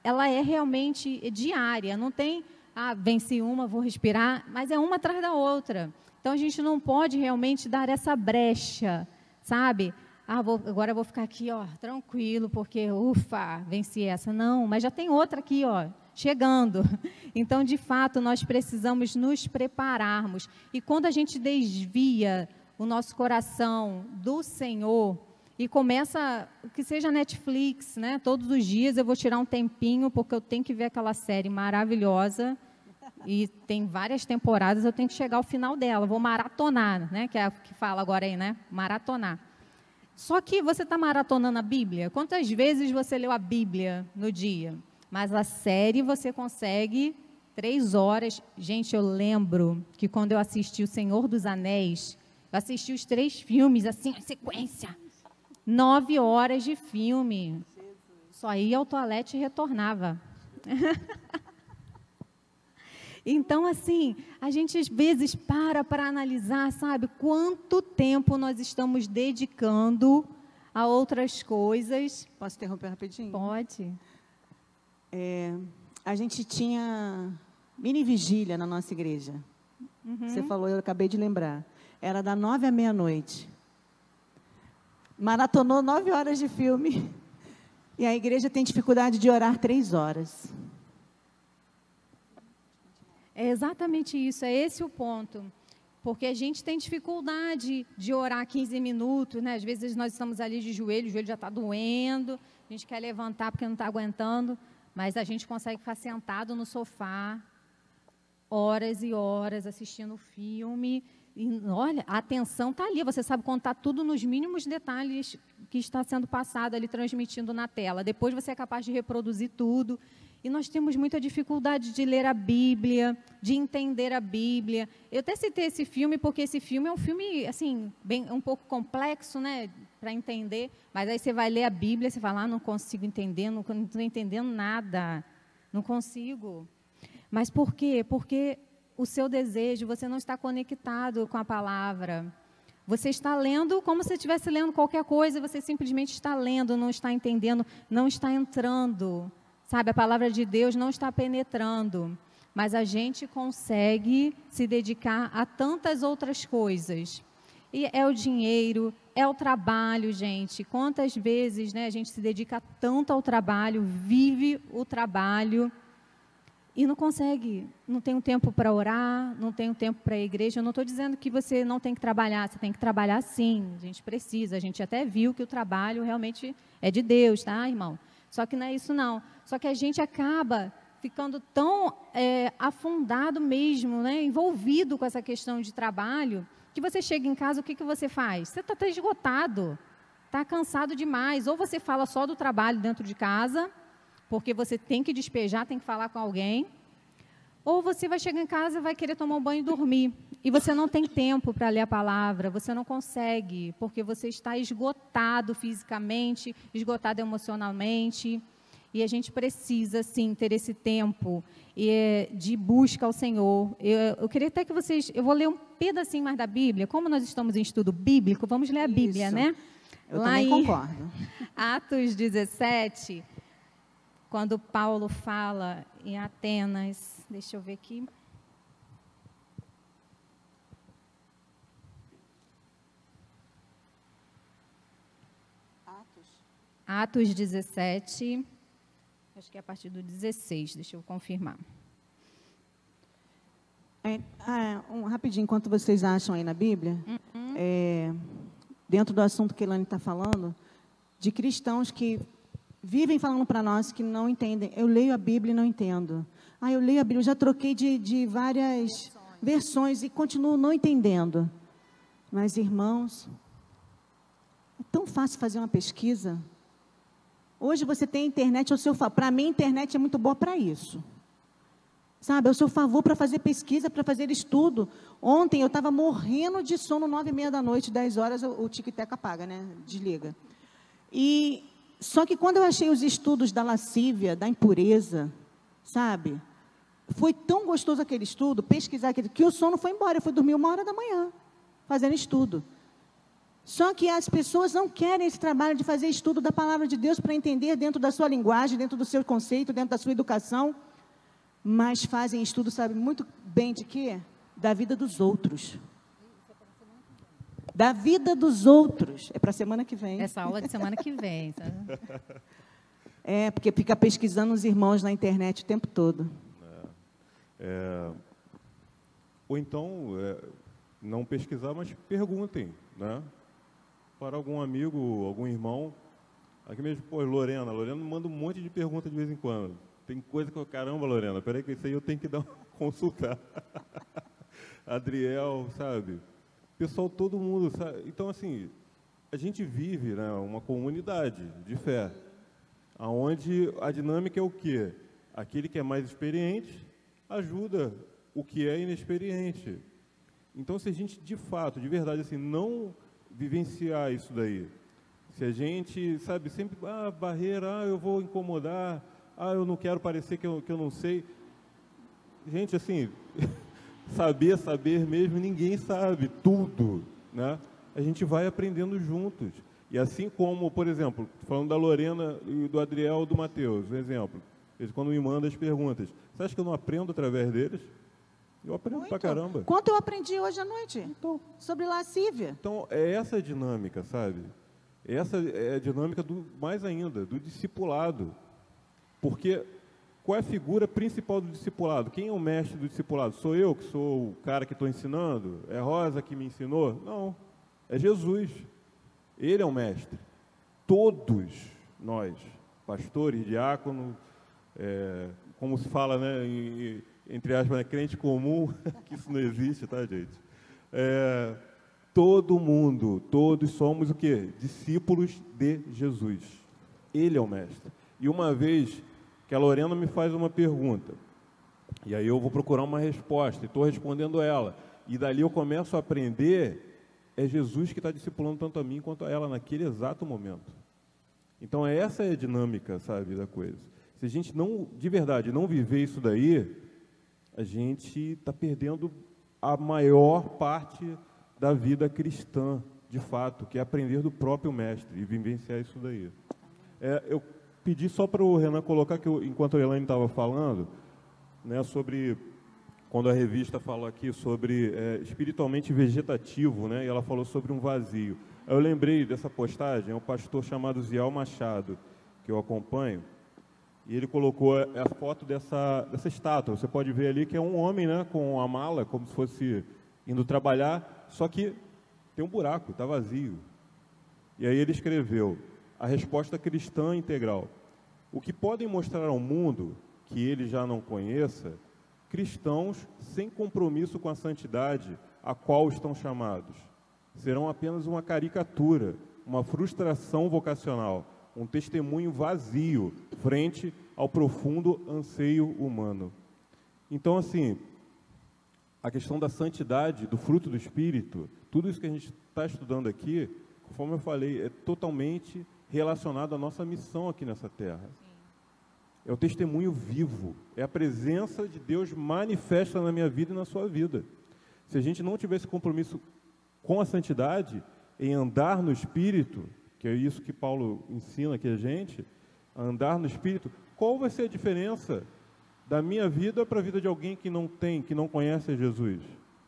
ela é realmente diária, não tem, ah, venci uma, vou respirar, mas é uma atrás da outra. Então, a gente não pode realmente dar essa brecha, sabe? Ah, vou, agora eu vou ficar aqui, ó, tranquilo, porque, ufa, venci essa. Não, mas já tem outra aqui, ó, chegando. Então, de fato, nós precisamos nos prepararmos. E quando a gente desvia o nosso coração do Senhor e começa, que seja Netflix, né? Todos os dias eu vou tirar um tempinho, porque eu tenho que ver aquela série maravilhosa, e tem várias temporadas, eu tenho que chegar ao final dela, vou maratonar, né? Que é o que fala agora aí, né? Maratonar. Só que você está maratonando a Bíblia? Quantas vezes você leu a Bíblia no dia? Mas a série você consegue três horas. Gente, eu lembro que quando eu assisti O Senhor dos Anéis, eu assisti os três filmes, assim, em sequência. Nove horas de filme. Só ia ao toalete e retornava. Então, assim, a gente às vezes para para analisar, sabe, quanto tempo nós estamos dedicando a outras coisas. Posso interromper rapidinho? Pode. É, a gente tinha mini vigília na nossa igreja. Uhum. Você falou, eu acabei de lembrar. Era da nove à meia-noite. Maratonou nove horas de filme. E a igreja tem dificuldade de orar três horas. É exatamente isso, é esse o ponto. Porque a gente tem dificuldade de orar quinze minutos, né? Às vezes nós estamos ali de joelho, o joelho já está doendo, a gente quer levantar porque não está aguentando, mas a gente consegue ficar sentado no sofá, horas e horas, assistindo filme, e olha, a atenção está ali, você sabe contar tudo nos mínimos detalhes que está sendo passado ali, transmitindo na tela. Depois você é capaz de reproduzir tudo. E nós temos muita dificuldade de ler a Bíblia, de entender a Bíblia. Eu até citei esse filme, porque esse filme é um filme, assim, bem, um pouco complexo, né, para entender. Mas aí você vai ler a Bíblia e você fala, ah, não consigo entender, não estou entendendo nada, não consigo. Mas por quê? Porque o seu desejo, você não está conectado com a palavra. Você está lendo como se estivesse lendo qualquer coisa, você simplesmente está lendo, não está entendendo, não está entrando. Sabe, a palavra de Deus não está penetrando, mas a gente consegue se dedicar a tantas outras coisas. E é o dinheiro, é o trabalho, gente. Quantas vezes, né, a gente se dedica tanto ao trabalho, vive o trabalho e não consegue, não tem um tempo para orar, não tem um tempo para a igreja. Eu não estou dizendo que você não tem que trabalhar, você tem que trabalhar sim, a gente precisa. A gente até viu que o trabalho realmente é de Deus, tá, irmão? Só que não é isso não. Só que a gente acaba ficando tão é, afundado mesmo, né, envolvido com essa questão de trabalho, que você chega em casa, o que, que você faz? Você está até esgotado, está cansado demais. Ou você fala só do trabalho dentro de casa, porque você tem que despejar, tem que falar com alguém, ou você vai chegar em casa e vai querer tomar um banho e dormir. E você não tem tempo para ler a palavra, você não consegue, porque você está esgotado fisicamente, esgotado emocionalmente. E a gente precisa, sim, ter esse tempo e, de busca ao Senhor. Eu, eu queria até que vocês... Eu vou ler um pedacinho mais da Bíblia. Como nós estamos em estudo bíblico, vamos ler a Bíblia, Isso. né? Eu Lá também em concordo. Atos dezessete, quando Paulo fala em Atenas... Deixa eu ver aqui. Atos. Atos dezessete, acho que é a partir do dezesseis, deixa eu confirmar. É, ah, um, rapidinho, enquanto vocês acham aí na Bíblia, uhum. é, dentro do assunto que a Elane está falando, de cristãos que vivem falando para nós que não entendem. Eu leio a Bíblia e não entendo. Ah, eu leio a Bíblia, eu já troquei de, de várias versões. versões e continuo não entendendo. Mas, irmãos, é tão fácil fazer uma pesquisa. Hoje você tem internet ao seu favor. Para mim, a internet é muito boa para isso. Sabe, ao seu favor para fazer pesquisa, para fazer estudo. Ontem eu estava morrendo de sono, nove e meia da noite, dez horas, o, o tic-tac apaga, né? Desliga. E, só que quando eu achei os estudos da lascívia, da impureza, sabe, foi tão gostoso aquele estudo, pesquisar aquele, que o sono foi embora. Eu fui dormir uma hora da manhã, fazendo estudo. Só que as pessoas não querem esse trabalho de fazer estudo da palavra de Deus para entender dentro da sua linguagem, dentro do seu conceito, dentro da sua educação, mas fazem estudo, sabe muito bem de quê? Da vida dos outros. Da vida dos outros. É para a semana que vem. Essa aula de semana que vem. Tá? É, porque fica pesquisando os irmãos na internet o tempo todo. É, é, ou então, é, não pesquisar, mas perguntem, né? Para algum amigo, algum irmão. Aqui mesmo, pô, Lorena. Lorena manda um monte de perguntas de vez em quando. Tem coisa que eu, caramba, Lorena, peraí que isso aí eu tenho que dar uma consultar. Adriel, sabe? Pessoal, todo mundo, sabe? Então, assim, a gente vive, né, uma comunidade de fé, onde a dinâmica é o quê? Aquele que é mais experiente ajuda o que é inexperiente. Então, se a gente, de fato, de verdade, assim, não vivenciar isso daí, se a gente, sabe, sempre, ah, barreira, ah, eu vou incomodar, ah, eu não quero parecer que eu, que eu não sei. Gente, assim, saber, saber mesmo, ninguém sabe tudo, né? A gente vai aprendendo juntos. E assim como, por exemplo, falando da Lorena e do Adriel, do Mateus, um exemplo, eles quando me mandam as perguntas, você acha que eu não aprendo através deles? Eu aprendo Muito. pra caramba. Quanto eu aprendi hoje à noite? Então, sobre lascívia. Então, é essa a dinâmica, sabe? Essa é a dinâmica, do mais ainda, do discipulado. Porque qual é a figura principal do discipulado? Quem é o mestre do discipulado? Sou eu, que sou o cara que estou ensinando? É Rosa que me ensinou? Não, é Jesus. Ele é o mestre. Todos nós, pastores, diáconos, é, como se fala, né, em, entre aspas, né, crente comum, que isso não existe, tá, gente? É, todo mundo, todos somos o quê? Discípulos de Jesus. Ele é o mestre. E uma vez que a Lorena me faz uma pergunta, e aí eu vou procurar uma resposta, e estou respondendo ela, e dali eu começo a aprender, é Jesus que está discipulando tanto a mim quanto a ela naquele exato momento. Então, essa é a dinâmica, sabe, da coisa. Se a gente não, de verdade, não viver isso daí, a gente está perdendo a maior parte da vida cristã, de fato, que é aprender do próprio mestre e vivenciar isso daí. É, eu pedi só para o Renan colocar, que eu, enquanto a Elaine estava falando, né, sobre, quando a revista falou aqui sobre é, espiritualmente vegetativo, né, e ela falou sobre um vazio. Eu lembrei dessa postagem, é um pastor chamado Zial Machado, que eu acompanho, e ele colocou a foto dessa, dessa estátua. Você pode ver ali que é um homem, né, com a mala, como se fosse indo trabalhar, só que tem um buraco, está vazio. E aí ele escreveu: a resposta cristã integral. O que podem mostrar ao mundo que ele já não conheça, cristãos sem compromisso com a santidade a qual estão chamados, serão apenas uma caricatura, uma frustração vocacional, um testemunho vazio frente ao profundo anseio humano. Então, assim, a questão da santidade, do fruto do Espírito, tudo isso que a gente está estudando aqui, conforme eu falei, é totalmente relacionado à nossa missão aqui nessa terra. Sim. É o testemunho vivo, é a presença de Deus manifesta na minha vida e na sua vida. Se a gente não tiver esse compromisso com a santidade, em andar no Espírito, que é isso que Paulo ensina aqui a gente, a andar no Espírito, qual vai ser a diferença da minha vida para a vida de alguém que não tem, que não conhece a Jesus?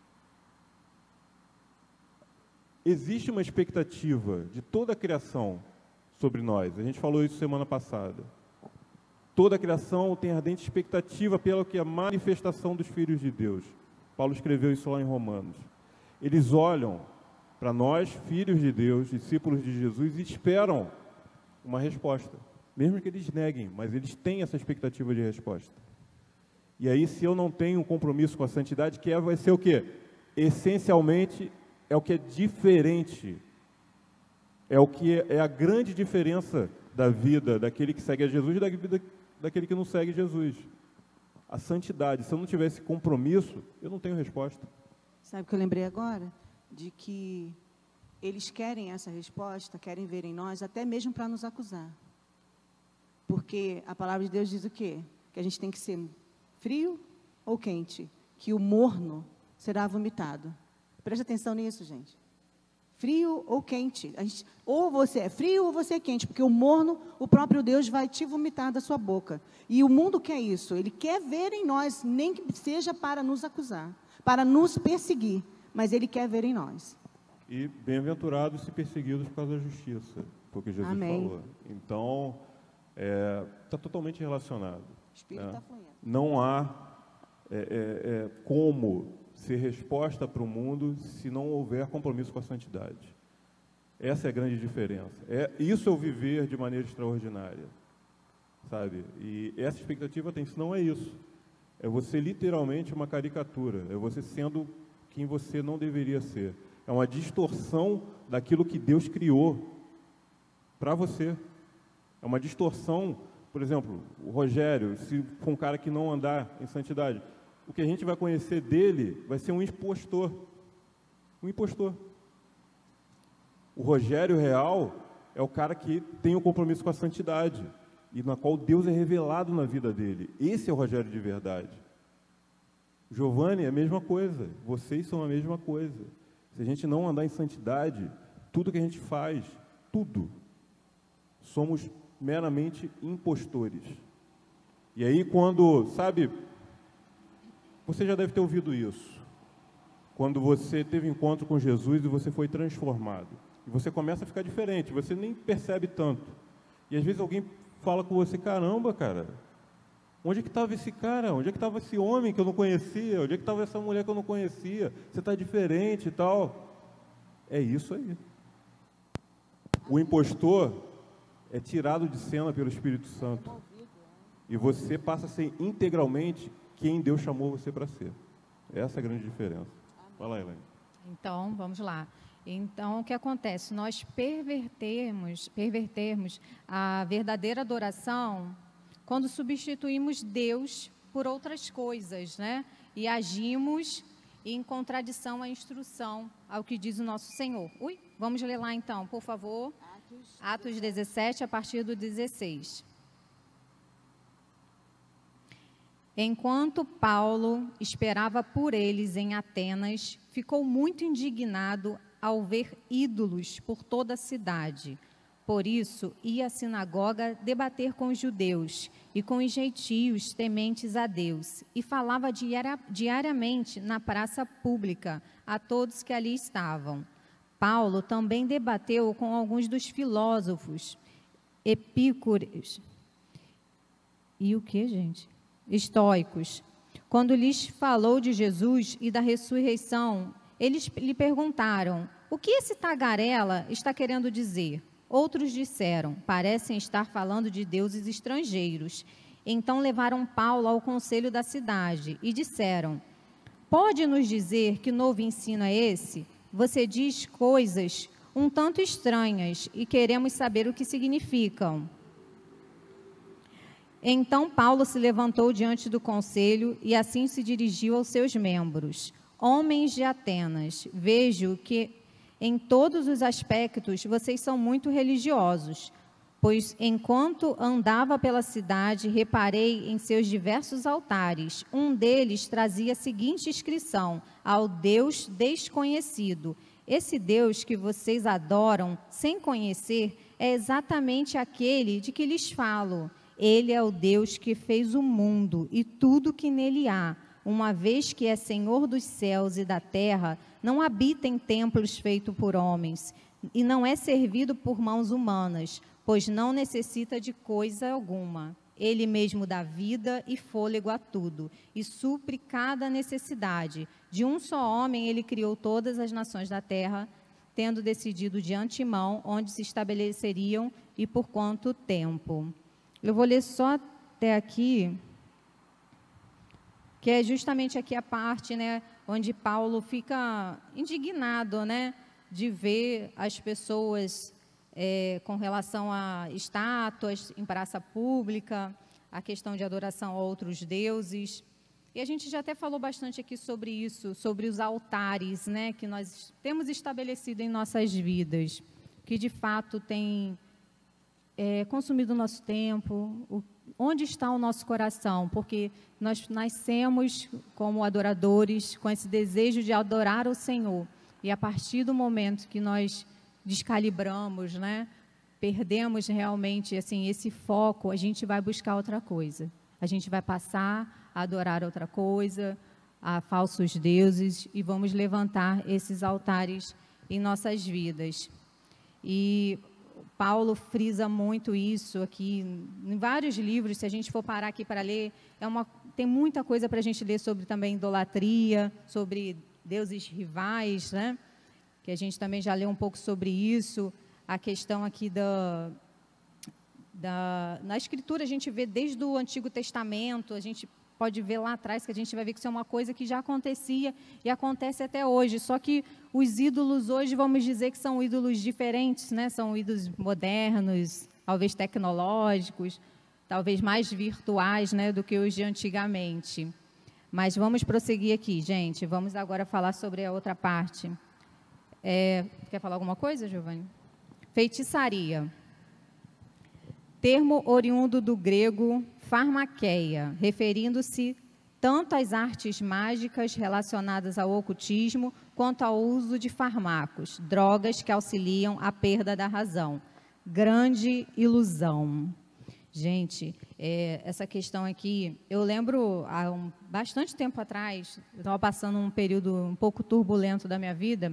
Existe uma expectativa de toda a criação sobre nós. A gente falou isso semana passada. Toda a criação tem ardente expectativa pela que é a manifestação dos filhos de Deus. Paulo escreveu isso lá em Romanos. Eles olham para nós, filhos de Deus, discípulos de Jesus, e esperam uma resposta. Mesmo que eles neguem, mas eles têm essa expectativa de resposta. E aí, se eu não tenho um compromisso com a santidade, que é, vai ser o quê? Essencialmente, é o que é diferente. É o que é, é a grande diferença da vida daquele que segue a Jesus e da vida daquele que não segue Jesus. A santidade. Se eu não tiver esse compromisso, eu não tenho resposta. Sabe o que eu lembrei agora? De que eles querem essa resposta, querem ver em nós, até mesmo para nos acusar. Porque a palavra de Deus diz o quê? Que a gente tem que ser frio ou quente? Que o morno será vomitado. Preste atenção nisso, gente. frio ou quente. A gente, ou você é frio ou você é quente, porque o morno, o próprio Deus vai te vomitar da sua boca. E o mundo quer isso, ele quer ver em nós, nem que seja para nos acusar, para nos perseguir, mas ele quer ver em nós. E bem-aventurados se perseguidos por causa da justiça, porque Jesus Amém. falou. Então, está é, totalmente relacionado. O Espírito está né? fluindo. Não há é, é, é, como ser resposta para o mundo se não houver compromisso com a santidade. Essa é a grande diferença. É, isso é o viver de maneira extraordinária, sabe? E essa expectativa tem, senão é isso. É você literalmente uma caricatura, é você sendo quem você não deveria ser. É uma distorção daquilo que Deus criou para você. É uma distorção, por exemplo, o Rogério, se for um cara que não andar em santidade, o que a gente vai conhecer dele vai ser um impostor. Um impostor. O Rogério real é o cara que tem o compromisso com a santidade e na qual Deus é revelado na vida dele. Esse é o Rogério de verdade. Giovanni é a mesma coisa. Vocês são a mesma coisa. Se a gente não andar em santidade, tudo que a gente faz, tudo, somos meramente impostores. E aí quando, sabe, você já deve ter ouvido isso. Quando você teve encontro com Jesus e você foi transformado. E você começa a ficar diferente, você nem percebe tanto. E às vezes alguém fala com você, caramba, cara, onde é que estava esse cara? Onde é que estava esse homem que eu não conhecia? Onde é que estava essa mulher que eu não conhecia? Você está diferente e tal. É isso aí. O impostor é tirado de cena pelo Espírito Santo. E você passa a ser integralmente quem Deus chamou você para ser. Essa é a grande diferença. Vai lá, Elaine. Então, vamos lá. Então, o que acontece? Nós pervertermos, pervertermos a verdadeira adoração quando substituímos Deus por outras coisas, né? E agimos em contradição à instrução, ao que diz o nosso Senhor. Ui, vamos ler lá então, por favor. Atos, Atos dezessete, a partir do dezesseis. Enquanto Paulo esperava por eles em Atenas, ficou muito indignado ao ver ídolos por toda a cidade. Por isso, ia à sinagoga debater com os judeus e com os gentios tementes a Deus, e falava diaria, diariamente na praça pública a todos que ali estavam. Paulo também debateu com alguns dos filósofos, epícureos e o que, gente? Estoicos. Quando lhes falou de Jesus e da ressurreição, eles lhe perguntaram, o que esse tagarela está querendo dizer? Outros disseram, parecem estar falando de deuses estrangeiros. Então levaram Paulo ao conselho da cidade e disseram, pode nos dizer que novo ensino é esse? Você diz coisas um tanto estranhas e queremos saber o que significam. Então Paulo se levantou diante do conselho e assim se dirigiu aos seus membros. Homens de Atenas, vejo que em todos os aspectos vocês são muito religiosos, pois enquanto andava pela cidade, reparei em seus diversos altares. Um deles trazia a seguinte inscrição, ao Deus desconhecido. Esse Deus que vocês adoram sem conhecer é exatamente aquele de que lhes falo. Ele é o Deus que fez o mundo e tudo que nele há. Uma vez que é Senhor dos céus e da terra, não habita em templos feitos por homens e não é servido por mãos humanas, pois não necessita de coisa alguma. Ele mesmo dá vida e fôlego a tudo e supre cada necessidade. De um só homem ele criou todas as nações da terra, tendo decidido de antemão onde se estabeleceriam e por quanto tempo. Eu vou ler só até aqui, que é justamente aqui a parte, né, onde Paulo fica indignado, né, de ver as pessoas é, com relação a estátuas em praça pública, a questão de adoração a outros deuses. E a gente já até falou bastante aqui sobre isso, sobre os altares, né, que nós temos estabelecido em nossas vidas, que de fato tem é, consumido o nosso tempo, o, onde está o nosso coração, porque nós nascemos como adoradores, com esse desejo de adorar o Senhor, E a partir do momento que nós descalibramos, né, perdemos realmente assim, esse foco, a gente vai buscar outra coisa. A gente vai passar a adorar outra coisa, a falsos deuses, e vamos levantar esses altares em nossas vidas. E Paulo frisa muito isso aqui, em vários livros, se a gente for parar aqui para ler, é uma, tem muita coisa para a gente ler sobre também idolatria, sobre deuses rivais, né? Que a gente também já leu um pouco sobre isso, a questão aqui da, da... Na Escritura a gente vê desde o Antigo Testamento, a gente pode ver lá atrás, que a gente vai ver que isso é uma coisa que já acontecia e acontece até hoje, só que os ídolos hoje, vamos dizer que são ídolos diferentes, né? São ídolos modernos, talvez tecnológicos, talvez mais virtuais, né, do que os de antigamente. Mas vamos prosseguir aqui, gente, vamos agora falar sobre a outra parte. É, quer falar alguma coisa, Giovanni? Feitiçaria. Termo oriundo do grego farmaqueia, referindo-se tanto às artes mágicas relacionadas ao ocultismo, quanto ao uso de fármacos, drogas que auxiliam a perda da razão. Grande ilusão. Gente, é, essa questão aqui, eu lembro, há um, bastante tempo atrás, eu estava passando um período um pouco turbulento da minha vida,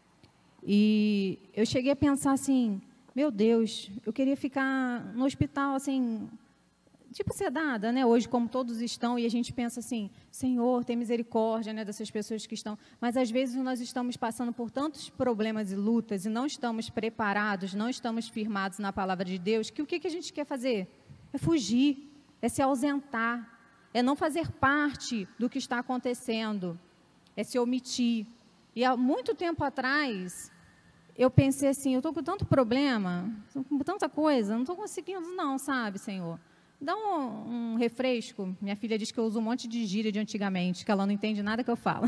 e eu cheguei a pensar assim, meu Deus, eu queria ficar no hospital, assim, tipo sedada, né? Hoje, como todos estão, e a gente pensa assim, Senhor, tem misericórdia, né, dessas pessoas que estão... Mas, às vezes, nós estamos passando por tantos problemas e lutas e não estamos preparados, não estamos firmados na palavra de Deus, que o que, que a gente quer fazer? É fugir, é se ausentar, é não fazer parte do que está acontecendo, é se omitir. E, há muito tempo atrás... eu pensei assim, eu estou com tanto problema, com tanta coisa, não estou conseguindo não, sabe, Senhor? Dá um, um refresco. Minha filha diz que eu uso um monte de gíria de antigamente, que ela não entende nada que eu falo.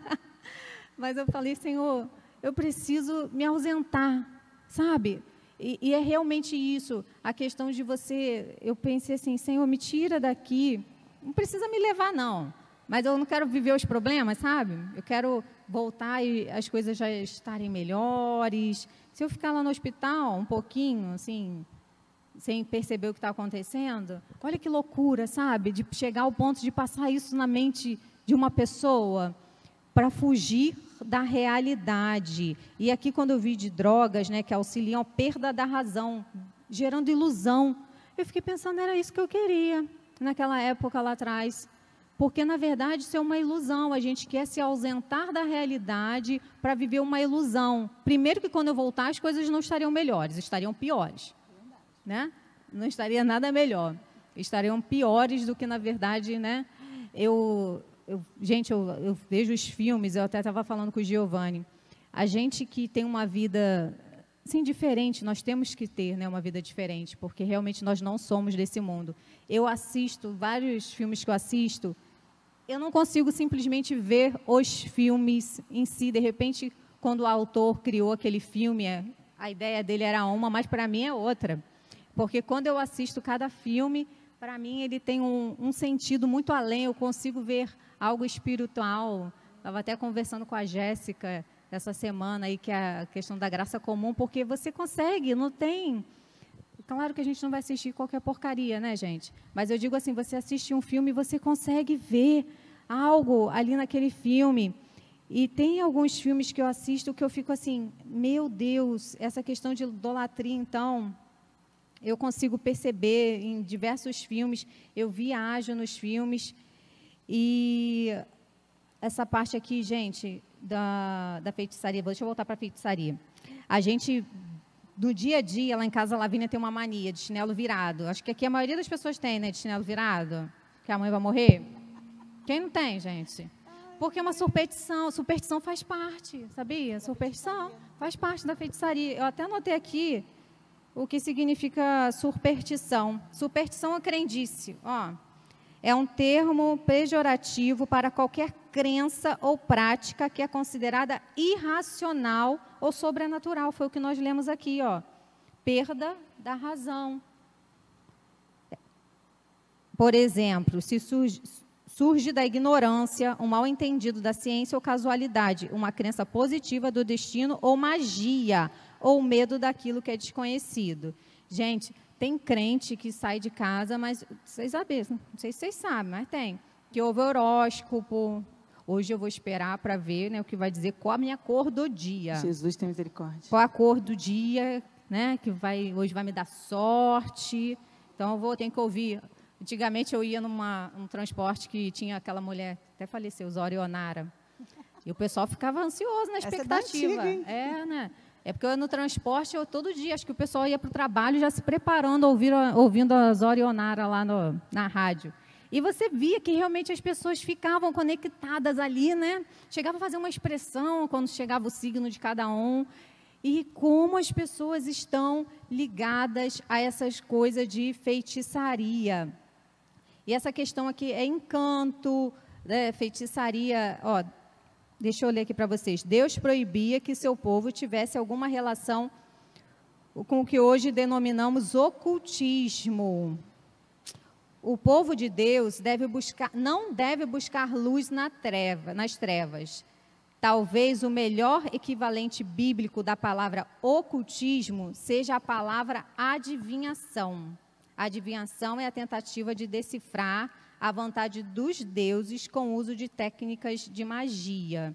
Mas eu falei, Senhor, eu preciso me ausentar, sabe? E, e é realmente isso, a questão de você, eu pensei assim, Senhor, me tira daqui, não precisa me levar não, mas eu não quero viver os problemas, sabe? Eu quero voltar e as coisas já estarem melhores. Se eu ficar lá no hospital um pouquinho, assim, sem perceber o que está acontecendo, olha que loucura, sabe? De chegar ao ponto de passar isso na mente de uma pessoa para fugir da realidade. E aqui, quando eu vi de drogas, né, que auxiliam a perda da razão, gerando ilusão, eu fiquei pensando, era isso que eu queria naquela época lá atrás. Porque, na verdade, isso é uma ilusão. A gente quer se ausentar da realidade para viver uma ilusão. Primeiro que, quando eu voltar, as coisas não estariam melhores, estariam piores. Né? Não estaria nada melhor. Estariam piores do que, na verdade, né? Eu, eu, gente, eu, eu vejo os filmes, eu até estava falando com o Giovanni. A gente que tem uma vida... Sim, diferente, nós temos que ter, né, uma vida diferente, porque realmente nós não somos desse mundo. Eu assisto, vários filmes que eu assisto, eu não consigo simplesmente ver os filmes em si. De repente, quando o autor criou aquele filme, a ideia dele era uma, mas para mim é outra. Porque quando eu assisto cada filme, para mim ele tem um, um sentido muito além, eu consigo ver algo espiritual. Estava até conversando com a Jéssica essa semana, aí, que é a questão da graça comum, porque você consegue, não tem... Claro que a gente não vai assistir qualquer porcaria, né, gente? Mas eu digo assim, você assiste um filme e você consegue ver algo ali naquele filme. E tem alguns filmes que eu assisto que eu fico assim, meu Deus, essa questão de idolatria, então, eu consigo perceber em diversos filmes, eu viajo nos filmes. E essa parte aqui, gente, da, da feitiçaria, deixa eu voltar para a feitiçaria. A gente... No dia a dia, lá em casa, a Lavínia tem uma mania de chinelo virado. Acho que aqui a maioria das pessoas tem, né, de chinelo virado. Que a mãe vai morrer. Quem não tem, gente? Porque é uma superstição. Superstição faz parte, sabia? Superstição faz parte da feitiçaria. Eu até anotei aqui o que significa superstição. Superstição é crendice. Ó, é um termo pejorativo para qualquer crença ou prática que é considerada irracional ou sobrenatural. Foi o que nós lemos aqui, ó. Perda da razão. Por exemplo, se surge da ignorância, um mal entendido da ciência ou casualidade, uma crença positiva do destino ou magia, ou medo daquilo que é desconhecido. Gente, tem crente que sai de casa, mas vocês sabem, não sei se vocês sabem, mas tem, que ouve horóscopo. Hoje eu vou esperar para ver, né, o que vai dizer qual a minha cor do dia. Jesus tem misericórdia. Qual a cor do dia, né, que vai, hoje vai me dar sorte. Então, eu vou ter que ouvir. Antigamente, eu ia numa, num transporte que tinha aquela mulher, até faleceu, Zorionara. E o pessoal ficava ansioso na expectativa. Essa é da antiga, hein? É, né? É porque eu, no transporte, eu, todo dia, acho que o pessoal ia para o trabalho já se preparando, ouvir, ouvindo a Zorionara lá no, na rádio. E você via que realmente as pessoas ficavam conectadas ali, né? Chegava a fazer uma expressão quando chegava o signo de cada um. E como as pessoas estão ligadas a essas coisas de feitiçaria. E essa questão aqui é encanto, né? Feitiçaria. Ó, deixa eu ler aqui para vocês. Deus proibia que seu povo tivesse alguma relação com o que hoje denominamos ocultismo. O povo de Deus deve buscar, não deve buscar luz na treva, nas trevas. Talvez o melhor equivalente bíblico da palavra ocultismo seja a palavra adivinhação. A adivinhação é a tentativa de decifrar a vontade dos deuses com o uso de técnicas de magia.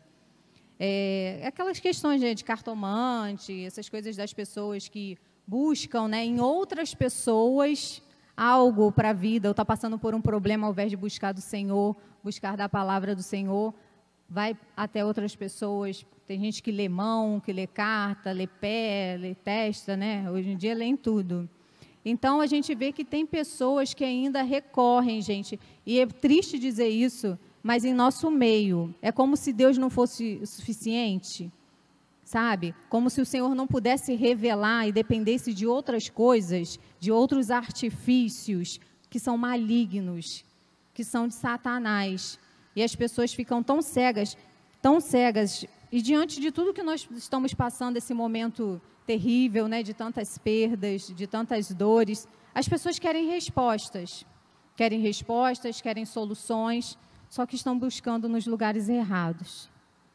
É, aquelas questões, né, de cartomante, essas coisas das pessoas que buscam, né, em outras pessoas algo para a vida, ou está passando por um problema, ao invés de buscar do Senhor, buscar da palavra do Senhor, vai até outras pessoas. Tem gente que lê mão, que lê carta, lê pé, lê testa, né? Hoje em dia lê em tudo. Então, a gente vê que tem pessoas que ainda recorrem, gente, e é triste dizer isso, mas em nosso meio, é como se Deus não fosse o suficiente, sabe? Como se o Senhor não pudesse revelar e dependesse de outras coisas, de outros artifícios que são malignos, que são de Satanás. E as pessoas ficam tão cegas, tão cegas, e diante de tudo que nós estamos passando, esse momento terrível, né, de tantas perdas, de tantas dores, as pessoas querem respostas, querem respostas, querem soluções, só que estão buscando nos lugares errados.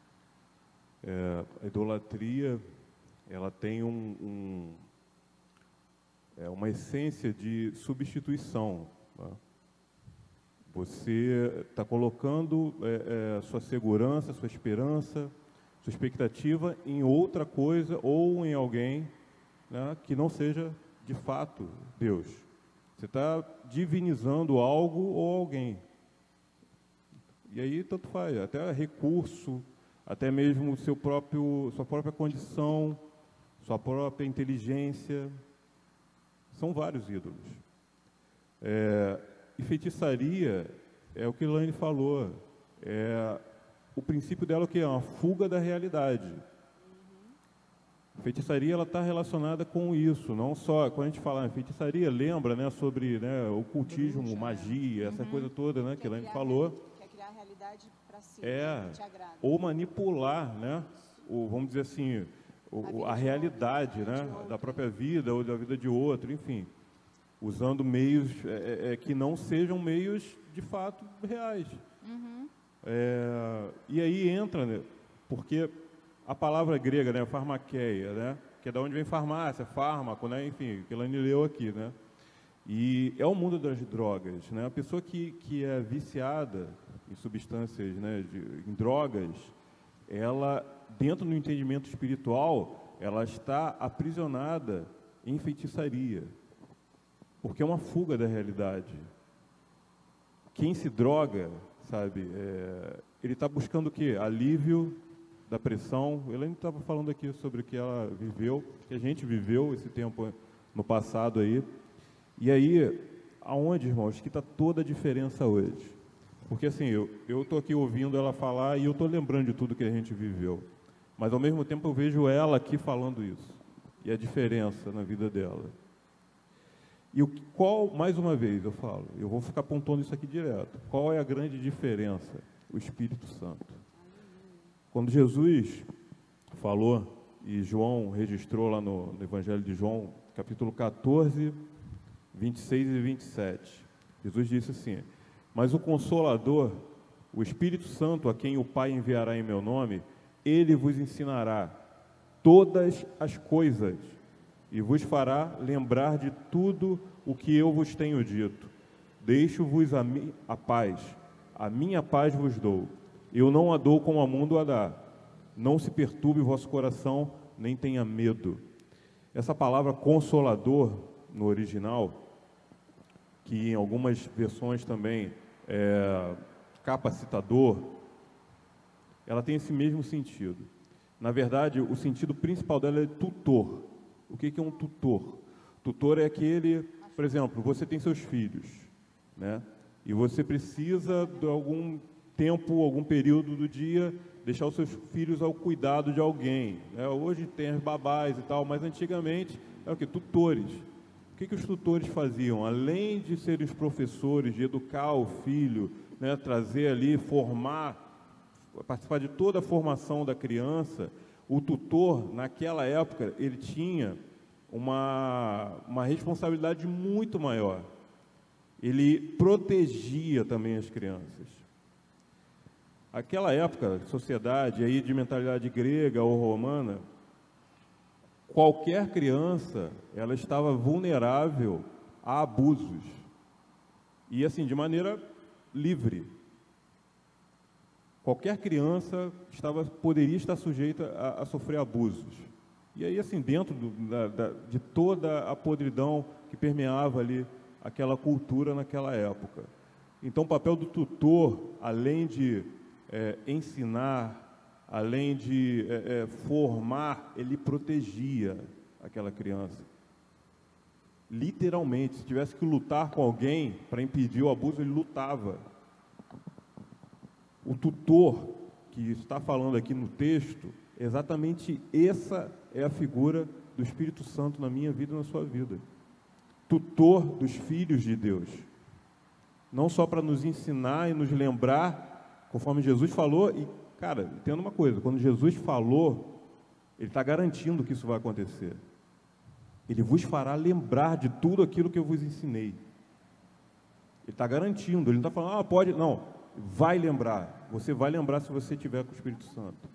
É, a idolatria, ela tem um, um, é uma essência de substituição, tá? Você está colocando é, é, sua segurança, sua esperança, sua expectativa em outra coisa ou em alguém, né, que não seja, de fato, Deus. Você está divinizando algo ou alguém. E aí, tanto faz, até recurso, até mesmo seu próprio, sua própria condição, sua própria inteligência. São vários ídolos. É, e feitiçaria é o que Elaine falou. É, o princípio dela é o que? É uma fuga da realidade. Uhum. Feitiçaria está relacionada com isso, não só, quando a gente fala em feitiçaria, lembra, né, sobre, né, ocultismo, Bruxa, magia, essa uhum. coisa toda, né, que Elaine falou. Quer criar a realidade para si, é, que te agrada. Ou manipular, né, o, vamos dizer assim, o, a, a realidade, né, da própria vida ou da vida de outro, enfim, usando meios é, é, que não sejam meios de fato reais. Uhum. É, e aí entra, né, porque a palavra grega, né, farmaqueia, né, que é da onde vem farmácia, fármaco, né, enfim, que Elaine leu aqui, né, e é o mundo das drogas, né, a pessoa que, que é viciada em substâncias, né, de, em drogas, ela, dentro do entendimento espiritual, ela está aprisionada em feitiçaria, porque é uma fuga da realidade. Quem se droga, sabe, é, ele está buscando o quê? Alívio da pressão. Elaine estava falando aqui sobre o que ela viveu, que a gente viveu esse tempo no passado aí. E aí, aonde, irmãos, que está toda a diferença hoje? Porque assim, eu estou aqui ouvindo ela falar e eu estou lembrando de tudo que a gente viveu. Mas ao mesmo tempo eu vejo ela aqui falando isso. E a diferença na vida dela. E o, qual, mais uma vez eu falo, eu vou ficar pontuando isso aqui direto, qual é a grande diferença? O Espírito Santo. Quando Jesus falou, e João registrou lá no, no Evangelho de João, capítulo quatorze, vinte e seis e vinte e sete, Jesus disse assim, Mas o Consolador, o Espírito Santo, a quem o Pai enviará em meu nome, ele vos ensinará todas as coisas e vos fará lembrar de tudo o que eu vos tenho dito. Deixo-vos a, mi, a paz, a minha paz vos dou. Eu não a dou como o mundo a dá. Não se perturbe o vosso coração, nem tenha medo. Essa palavra consolador, no original, que em algumas versões também é capacitador, ela tem esse mesmo sentido. Na verdade, o sentido principal dela é tutor. O que é um tutor? Tutor é aquele, por exemplo, você tem seus filhos, né? E você precisa de algum tempo, algum período do dia, deixar os seus filhos ao cuidado de alguém, né? Hoje tem as babás e tal, mas antigamente é o que? Tutores. O que, que os tutores faziam? Além de serem os professores, de educar o filho, né, trazer ali, formar, participar de toda a formação da criança, o tutor, naquela época, ele tinha uma, uma responsabilidade muito maior. Ele protegia também as crianças. Aquela época, sociedade aí de mentalidade grega ou romana, qualquer criança, ela estava vulnerável a abusos. E assim, de maneira livre. Qualquer criança estava, poderia estar sujeita a, a sofrer abusos. E aí, assim, dentro do, da, da, de toda a podridão que permeava ali aquela cultura naquela época. Então, o papel do tutor, além de é, ensinar, além de é, é, formar, ele protegia aquela criança. Literalmente, se tivesse que lutar com alguém para impedir o abuso, ele lutava. O tutor, que está falando aqui no texto, exatamente essa é a figura do Espírito Santo na minha vida e na sua vida. Tutor dos filhos de Deus. Não só para nos ensinar e nos lembrar, conforme Jesus falou, e, cara, entenda uma coisa, quando Jesus falou, ele está garantindo que isso vai acontecer. Ele vos fará lembrar de tudo aquilo que eu vos ensinei. Ele está garantindo, ele não está falando, ah, pode, não, vai lembrar. Você vai lembrar se você tiver com o Espírito Santo.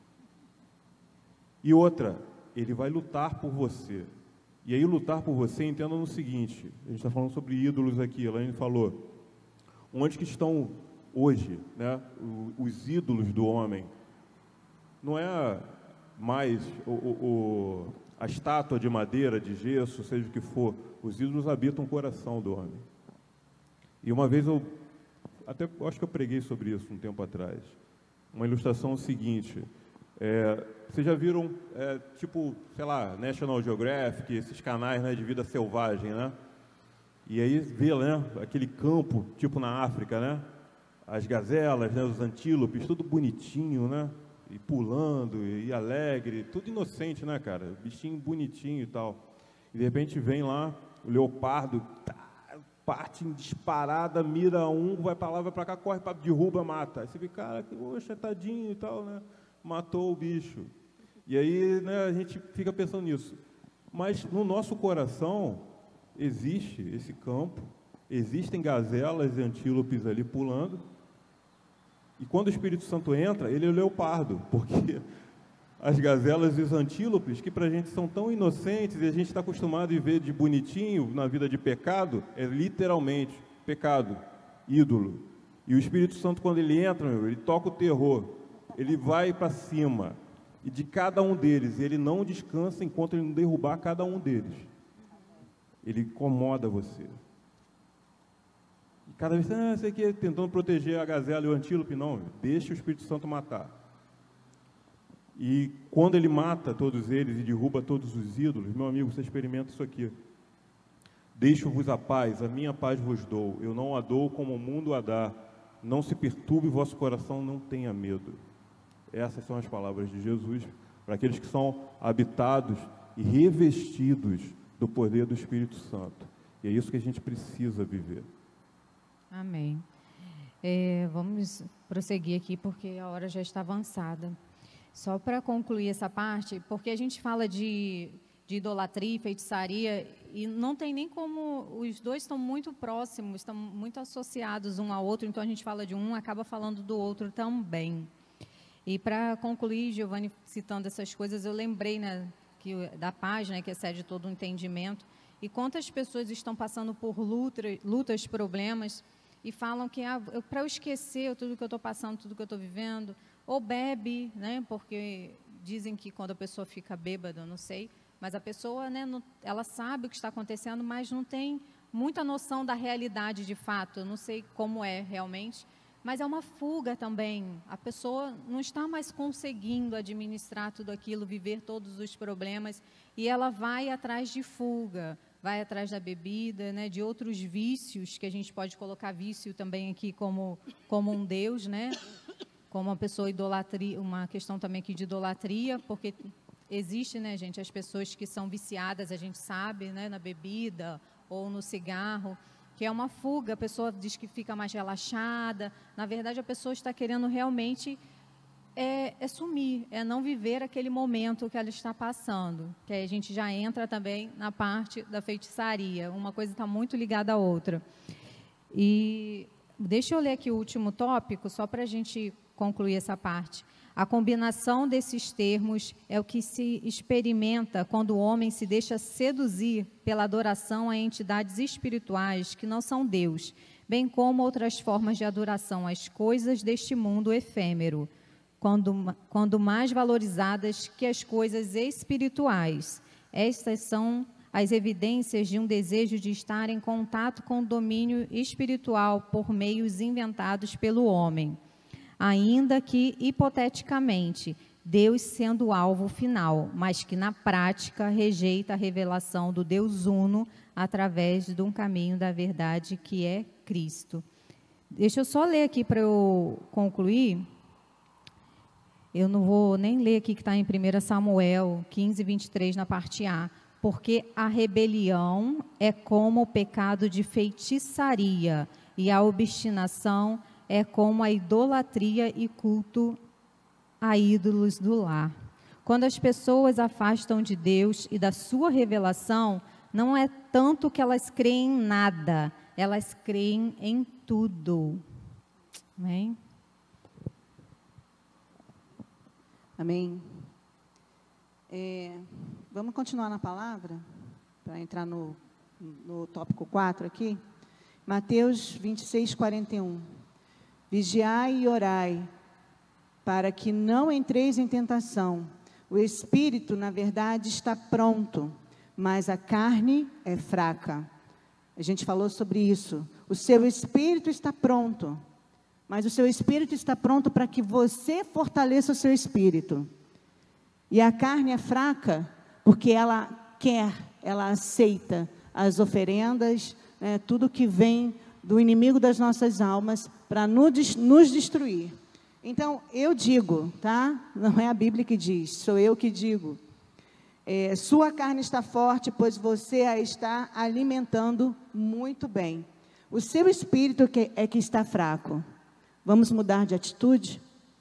E outra, ele vai lutar por você. E aí lutar por você, entenda no seguinte, a gente está falando sobre ídolos aqui, a Elaine falou, onde que estão hoje, né, os ídolos do homem? Não é mais o, o, o, a estátua de madeira, de gesso, seja o que for, os ídolos habitam o coração do homem. E uma vez eu, até acho que eu preguei sobre isso um tempo atrás, uma ilustração seguinte, é, vocês já viram, é, tipo, sei lá, National Geographic, esses canais, né, de vida selvagem, né? E aí vê, né, aquele campo, tipo na África, né? As gazelas, né, os antílopes, tudo bonitinho, né? E pulando, e alegre, tudo inocente, né, cara? Bichinho bonitinho e tal. E de repente vem lá o leopardo, tá, parte disparada, mira um, vai para lá, vai para cá, corre, pra, derruba, mata. Aí você vê, cara, que oxa, tadinho e tal, né? Matou o bicho. E aí, né, a gente fica pensando nisso. Mas no nosso coração existe esse campo, existem gazelas e antílopes ali pulando. E quando o Espírito Santo entra, ele é o leopardo, porque as gazelas e os antílopes, que para a gente são tão inocentes e a gente está acostumado a viver de bonitinho na vida de pecado, é literalmente pecado, ídolo. E o Espírito Santo, quando ele entra, meu, ele toca o terror, ele vai para cima, e de cada um deles, ele não descansa enquanto ele não derrubar cada um deles. Ele incomoda você. E cada vez, ah, sei que tentando proteger a gazela e o antílope, não, deixa o Espírito Santo matar. E quando ele mata todos eles e derruba todos os ídolos, meu amigo, você experimenta isso aqui. Deixo-vos a paz, a minha paz vos dou, eu não a dou como o mundo a dá, não se perturbe o vosso coração, não tenha medo. Essas são as palavras de Jesus, para aqueles que são habitados e revestidos do poder do Espírito Santo. E é isso que a gente precisa viver. Amém. É, vamos prosseguir aqui, porque a hora já está avançada. Só para concluir essa parte, porque a gente fala de de idolatria e feitiçaria, e não tem nem como, os dois estão muito próximos, estão muito associados um ao outro, então a gente fala de um, acaba falando do outro também. E para concluir, Giovanni citando essas coisas, eu lembrei, né, que, da página que excede todo o entendimento, e quantas pessoas estão passando por lutas, lutas problemas, e falam que ah, para eu esquecer tudo que eu estou passando, tudo que eu estou vivendo, ou bebe, né, porque dizem que quando a pessoa fica bêbada, eu não sei, mas a pessoa, né, não, ela sabe o que está acontecendo, mas não tem muita noção da realidade de fato, eu não sei como é realmente, mas é uma fuga também, a pessoa não está mais conseguindo administrar tudo aquilo, viver todos os problemas, e ela vai atrás de fuga, vai atrás da bebida, né, de outros vícios, que a gente pode colocar vício também aqui como, como um Deus, né, como uma pessoa idolatria, uma questão também aqui de idolatria, porque existe, né, gente, as pessoas que são viciadas, a gente sabe, né, na bebida ou no cigarro, que é uma fuga, a pessoa diz que fica mais relaxada, na verdade a pessoa está querendo realmente é, é sumir, é não viver aquele momento que ela está passando, que aí a gente já entra também na parte da feitiçaria, uma coisa está muito ligada à outra. E deixa eu ler aqui o último tópico, só para a gente concluir essa parte. A combinação desses termos é o que se experimenta quando o homem se deixa seduzir pela adoração a entidades espirituais que não são Deus, bem como outras formas de adoração às coisas deste mundo efêmero, quando, quando mais valorizadas que as coisas espirituais. Estas são as evidências de um desejo de estar em contato com o domínio espiritual por meios inventados pelo homem, ainda que, hipoteticamente, Deus sendo o alvo final, mas que, na prática, rejeita a revelação do Deus Uno através de um caminho da verdade que é Cristo. Deixa eu só ler aqui para eu concluir. Eu não vou nem ler aqui que está em primeiro Samuel quinze, vinte e três, na parte A, porque a rebelião é como o pecado de feitiçaria e a obstinação é como a idolatria e culto a ídolos do lar. Quando as pessoas afastam de Deus e da sua revelação, não é tanto que elas creem em nada, elas creem em tudo. Amém? Amém. É, vamos continuar na palavra, para entrar no, no tópico quatro aqui. Mateus vinte e seis, quarenta e um. Vigiai e orai, para que não entreis em tentação. O espírito, na verdade, está pronto, mas a carne é fraca. A gente falou sobre isso. O seu espírito está pronto, mas o seu espírito está pronto para que você fortaleça o seu espírito. E a carne é fraca, porque ela quer, ela aceita as oferendas, né, tudo que vem do inimigo das nossas almas, para nos destruir. Então, eu digo, tá? Não é a Bíblia que diz, sou eu que digo. É, sua carne está forte, pois você a está alimentando muito bem. O seu espírito que é que está fraco. Vamos mudar de atitude?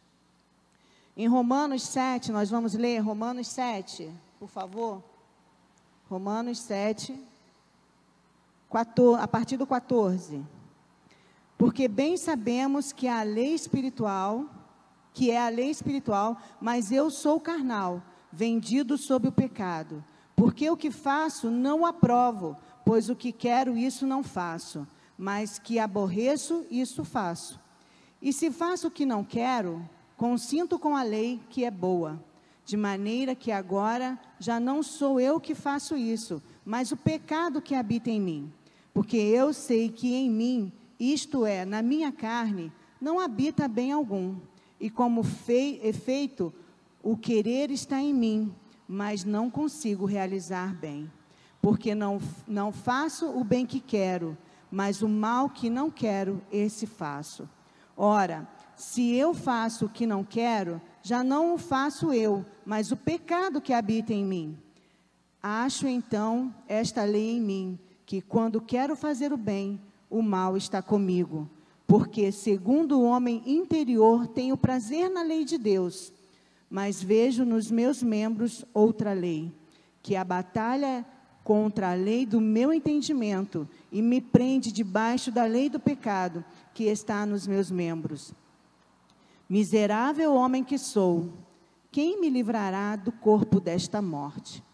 Em Romanos sete, nós vamos ler Romanos sete, por favor. Romanos sete, quatorze, a partir do quatorze. Porque bem sabemos que a lei espiritual, que é a lei espiritual, mas eu sou carnal, vendido sob o pecado. Porque o que faço não aprovo, pois o que quero isso não faço, mas que aborreço isso faço. E se faço o que não quero, consinto com a lei que é boa, de maneira que agora já não sou eu que faço isso, mas o pecado que habita em mim. Porque eu sei que em mim, isto é, na minha carne, não habita bem algum. E como fei, efeito, o querer está em mim, mas não consigo realizar bem. Porque não, não faço o bem que quero, mas o mal que não quero, esse faço. Ora, se eu faço o que não quero, já não o faço eu, mas o pecado que habita em mim. Acho então esta lei em mim, que quando quero fazer o bem, o mal está comigo. Porque segundo o homem interior, tenho prazer na lei de Deus, mas vejo nos meus membros outra lei, que a batalha contra a lei do meu entendimento e me prende debaixo da lei do pecado que está nos meus membros. Miserável homem que sou, quem me livrará do corpo desta morte?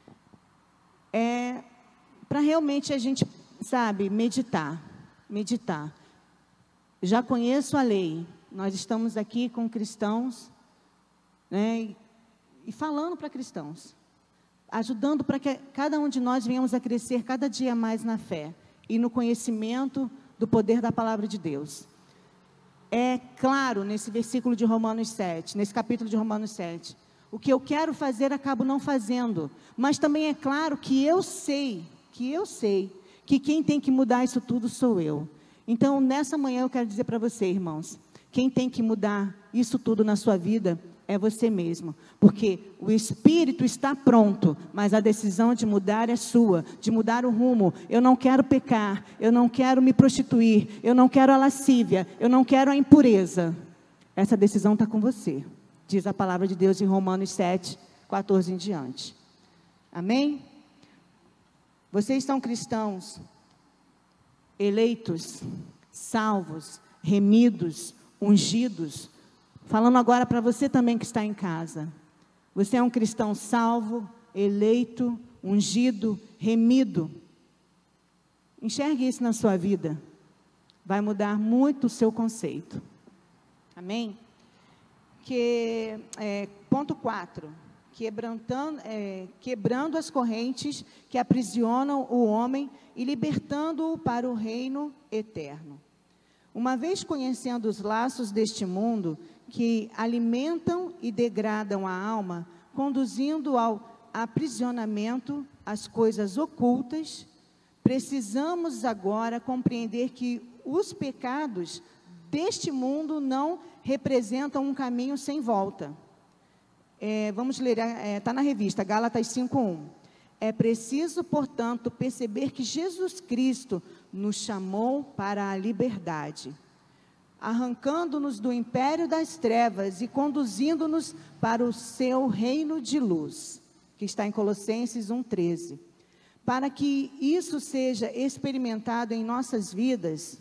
É para realmente a gente, sabe, meditar, meditar. Já conheço a lei, nós estamos aqui com cristãos, né, e, e falando para cristãos, ajudando para que cada um de nós venhamos a crescer cada dia mais na fé e no conhecimento do poder da palavra de Deus. É claro, nesse versículo de Romanos sete, nesse capítulo de Romanos sete, o que eu quero fazer, acabo não fazendo, mas também é claro que eu sei, que eu sei, que quem tem que mudar isso tudo sou eu. Então, nessa manhã eu quero dizer para você, irmãos, quem tem que mudar isso tudo na sua vida é você mesmo, porque o Espírito está pronto, mas a decisão de mudar é sua, de mudar o rumo. Eu não quero pecar, eu não quero me prostituir, eu não quero a lascívia, eu não quero a impureza. Essa decisão está com você, diz a palavra de Deus em Romanos sete, quatorze em diante. Amém? Vocês são cristãos, eleitos, salvos, remidos, ungidos. Falando agora para você também que está em casa. Você é um cristão salvo, eleito, ungido, remido. Enxergue isso na sua vida. Vai mudar muito o seu conceito. Amém? Que, é, ponto quatro. Quebrantando, é, quebrando as correntes que aprisionam o homem e libertando-o para o reino eterno. Uma vez conhecendo os laços deste mundo, que alimentam e degradam a alma, conduzindo ao aprisionamento às coisas ocultas, precisamos agora compreender que os pecados deste mundo não representam um caminho sem volta. É, vamos ler, está é, na revista, Gálatas cinco, um. É preciso, portanto, perceber que Jesus Cristo nos chamou para a liberdade, arrancando-nos do império das trevas e conduzindo-nos para o seu reino de luz, que está em Colossenses um, treze. Para que isso seja experimentado em nossas vidas,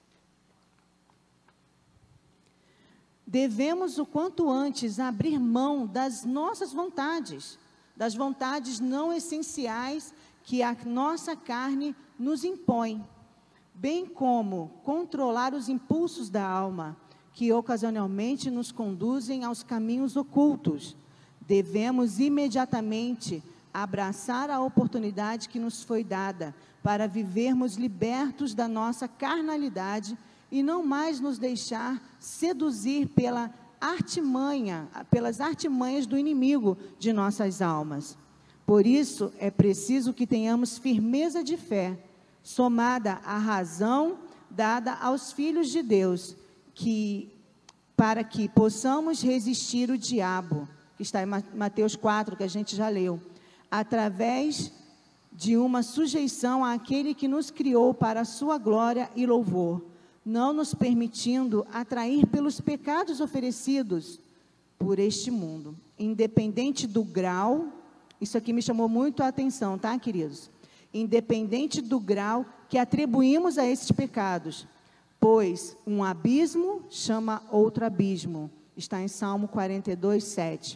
devemos o quanto antes abrir mão das nossas vontades, das vontades não essenciais que a nossa carne nos impõe, bem como controlar os impulsos da alma, que ocasionalmente nos conduzem aos caminhos ocultos. Devemos imediatamente abraçar a oportunidade que nos foi dada para vivermos libertos da nossa carnalidade e não mais nos deixar seduzir pela artimanha, pelas artimanhas do inimigo de nossas almas. Por isso, é preciso que tenhamos firmeza de fé, somada à razão dada aos filhos de Deus, que, para que possamos resistir o diabo, que está em Mateus quatro, que a gente já leu, através de uma sujeição àquele que nos criou para a sua glória e louvor, não nos permitindo atrair pelos pecados oferecidos por este mundo, independente do grau. Isso aqui me chamou muito a atenção, tá, queridos? Independente do grau que atribuímos a esses pecados, pois um abismo chama outro abismo. Está em Salmo quarenta e dois, sete.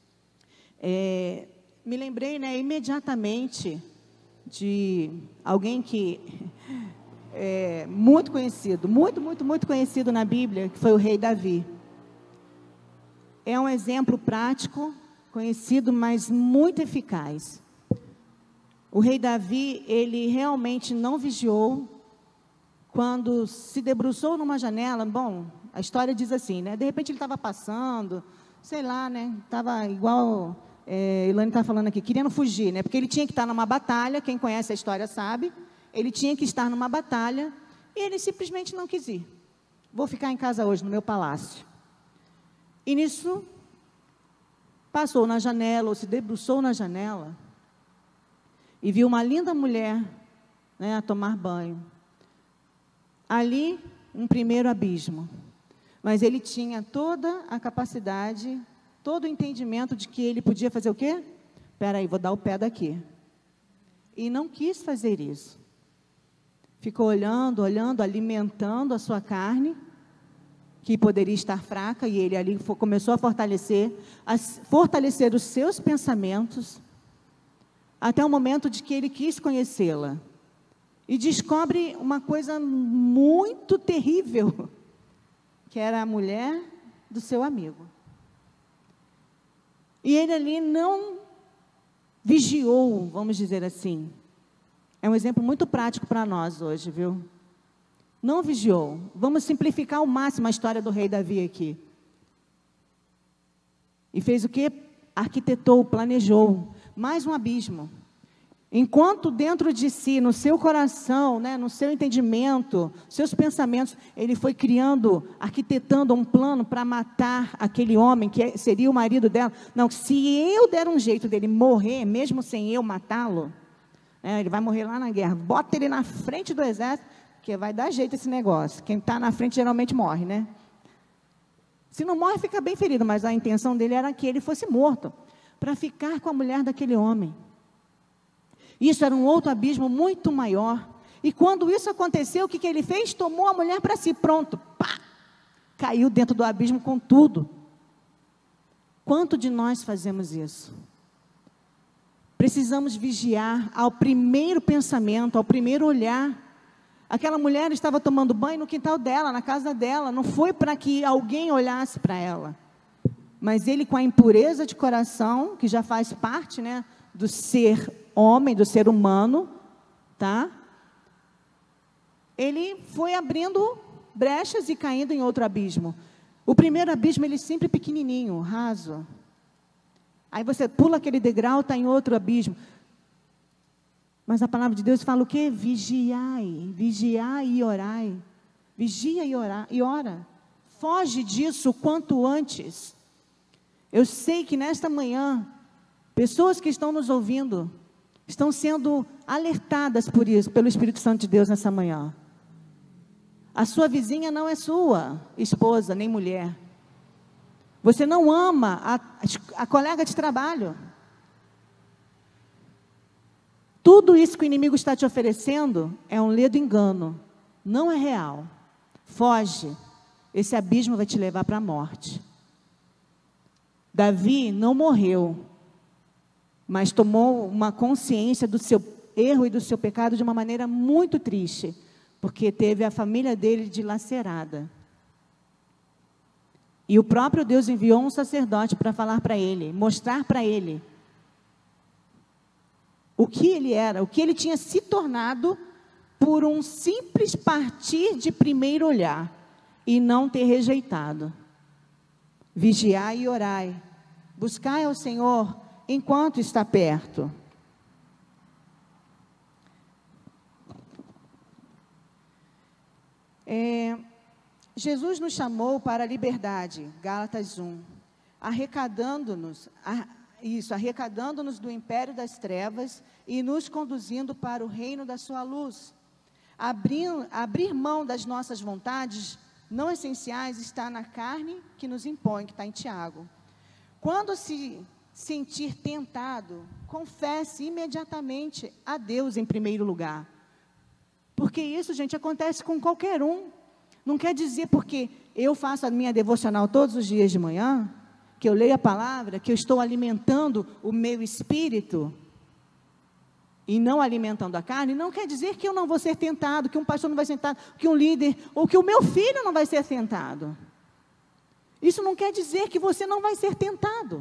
É, me lembrei, né, imediatamente de alguém que é muito conhecido, muito, muito, muito conhecido na Bíblia, que foi o rei Davi. É um exemplo prático, conhecido, mas muito eficaz. O rei Davi, ele realmente não vigiou. Quando se debruçou numa janela, bom, a história diz assim, né? De repente ele estava passando, sei lá, né? Estava igual, é, Ilane está falando aqui, querendo fugir, né? Porque ele tinha que estar numa batalha, quem conhece a história sabe, ele tinha que estar numa batalha, e ele simplesmente não quis ir. Vou ficar em casa hoje, no meu palácio. E nisso, passou na janela, ou se debruçou na janela, e viu uma linda mulher, né, a tomar banho. Ali, um primeiro abismo. Mas ele tinha toda a capacidade, todo o entendimento de que ele podia fazer o quê? espera aí, vou dar o pé daqui. E não quis fazer isso. Ficou olhando, olhando, alimentando a sua carne, que poderia estar fraca, e ele ali começou a fortalecer, a fortalecer os seus pensamentos, até o momento de que ele quis conhecê-la. E descobre uma coisa muito terrível, que era a mulher do seu amigo. E ele ali não vigiou, vamos dizer assim. É um exemplo muito prático para nós hoje, viu? Não vigiou. Vamos simplificar ao máximo a história do rei Davi aqui. E fez o quê? Arquitetou, planejou mais um abismo. Enquanto dentro de si, no seu coração, né, no seu entendimento, seus pensamentos, ele foi criando, arquitetando um plano para matar aquele homem que seria o marido dela. Não, se eu der um jeito dele morrer, mesmo sem eu matá-lo, né, ele vai morrer lá na guerra. Bota ele na frente do exército, que vai dar jeito esse negócio. Quem está na frente geralmente morre, né? Se não morre, fica bem ferido, mas a intenção dele era que ele fosse morto, para ficar com a mulher daquele homem. Isso era um outro abismo muito maior. E quando isso aconteceu, o que, que ele fez? Tomou a mulher para si, pronto. Pá! Caiu dentro do abismo com tudo. Quanto de nós fazemos isso? Precisamos vigiar ao primeiro pensamento, ao primeiro olhar. Aquela mulher estava tomando banho no quintal dela, na casa dela. Não foi para que alguém olhasse para ela. Mas ele, com a impureza de coração, que já faz parte, né, do ser homem, do ser humano, tá? Ele foi abrindo brechas e caindo em outro abismo. O primeiro abismo, ele sempre pequenininho, raso. Aí você pula aquele degrau, está em outro abismo. Mas a palavra de Deus fala o quê? Vigiai, vigiai e orai. Vigia e, orar, e ora. Foge disso o quanto antes. Eu sei que nesta manhã, pessoas que estão nos ouvindo, estão sendo alertadas por isso, pelo Espírito Santo de Deus nessa manhã. A sua vizinha não é sua esposa, nem mulher. Você não ama a, a colega de trabalho. Tudo isso que o inimigo está te oferecendo é um ledo engano, não é real. Foge, esse abismo vai te levar para a morte. Davi não morreu, mas tomou uma consciência do seu erro e do seu pecado de uma maneira muito triste, porque teve a família dele dilacerada. E o próprio Deus enviou um sacerdote para falar para ele, mostrar para ele o que ele era, o que ele tinha se tornado por um simples partir de primeiro olhar e não ter rejeitado. Vigiai e orai, buscai ao Senhor enquanto está perto. É, Jesus nos chamou para a liberdade, Gálatas um, arrecadando-nos, a, isso, arrecadando-nos do império das trevas e nos conduzindo para o reino da sua luz. Abrir, abrir mão das nossas vontades não essenciais está na carne que nos impõe, que está em Tiago. Quando se sentir tentado, confesse imediatamente a Deus em primeiro lugar. Porque isso, gente, acontece com qualquer um. Não quer dizer porque eu faço a minha devocional todos os dias de manhã, que eu leio a palavra, que eu estou alimentando o meu espírito e não alimentando a carne, não quer dizer que eu não vou ser tentado, que um pastor não vai ser tentado, que um líder, ou que o meu filho não vai ser tentado. Isso não quer dizer que você não vai ser tentado.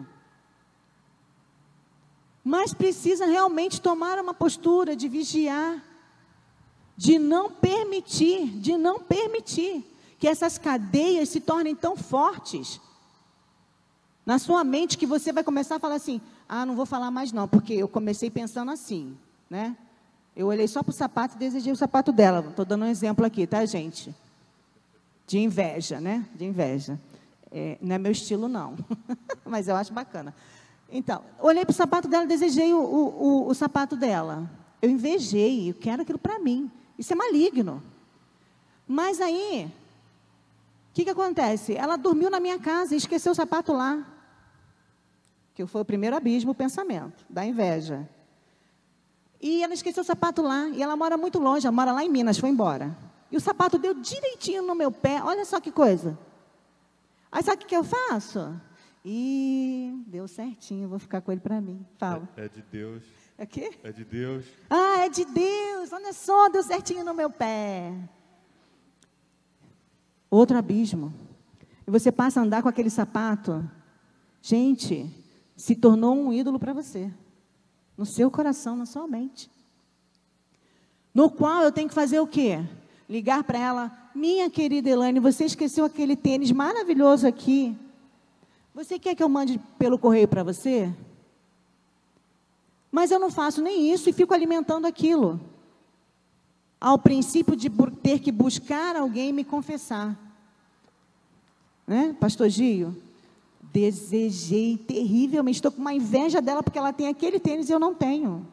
Mas precisa realmente tomar uma postura de vigiar, de não permitir, de não permitir que essas cadeias se tornem tão fortes na sua mente, que você vai começar a falar assim, ah, não vou falar mais não, porque eu comecei pensando assim, né? Eu olhei só para o sapato e desejei o sapato dela. Estou dando um exemplo aqui, tá, gente? De inveja, né? De inveja. É, não é meu estilo, não. Mas eu acho bacana. Então, olhei para o sapato dela e desejei o, o, o, o sapato dela. Eu invejei, eu quero aquilo para mim. Isso é maligno. Mas aí, o que, que acontece? Ela dormiu na minha casa e esqueceu o sapato lá. que foi o primeiro abismo, o pensamento, da inveja. E ela esqueceu o sapato lá, e ela mora muito longe, ela mora lá em Minas, foi embora. E o sapato deu direitinho no meu pé, olha só que coisa. Aí sabe o que, que eu faço? E deu certinho, vou ficar com ele para mim. Fala. É, é de Deus. É o quê? É de Deus. Ah, é de Deus, olha só, deu certinho no meu pé. Outro abismo. E você passa a andar com aquele sapato, gente, se tornou um ídolo para você. No seu coração, na sua mente. No qual eu tenho que fazer o quê? Ligar para ela, minha querida Elaine, você esqueceu aquele tênis maravilhoso aqui. Você quer que eu mande pelo correio para você? Mas eu não faço nem isso e fico alimentando aquilo. Ao princípio de ter que buscar alguém e me confessar. Né, Pastor Gio? Desejei terrivelmente, estou com uma inveja dela porque ela tem aquele tênis e eu não tenho.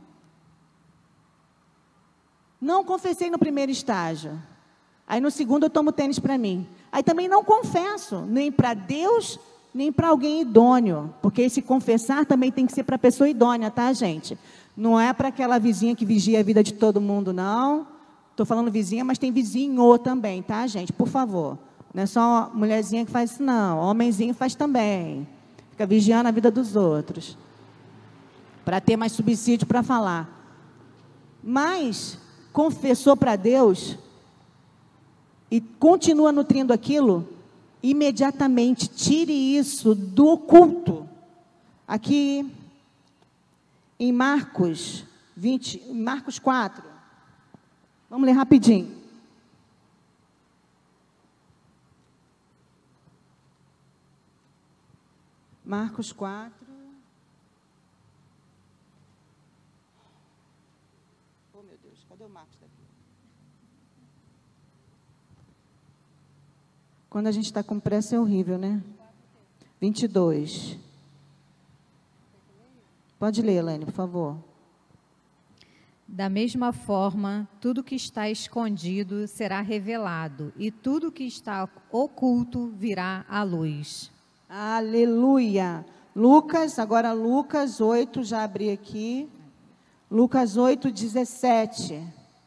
Não confessei no primeiro estágio. Aí no segundo eu tomo tênis para mim. Aí também não confesso, nem para Deus, nem para alguém idôneo. Porque esse confessar também tem que ser para a pessoa idônea, tá, gente? Não é para aquela vizinha que vigia a vida de todo mundo, não. Estou falando vizinha, mas tem vizinho também, tá, gente? Por favor. Não é só mulherzinha que faz isso, não. Homenzinho faz também. Fica vigiando a vida dos outros. Para ter mais subsídio para falar. Mas confessou para Deus e continua nutrindo aquilo, imediatamente tire isso do oculto. Aqui em Marcos vinte, Marcos quatro. Vamos ler rapidinho. Marcos quatro. Oh, meu Deus, cadê o Marcos daqui? Quando a gente está com pressa é horrível, né? vinte e dois. Pode ler, Elaine, por favor. Da mesma forma, tudo que está escondido será revelado, e tudo que está oculto virá à luz. Aleluia. Lucas, agora Lucas oito, já abri aqui. Lucas oito, dezessete.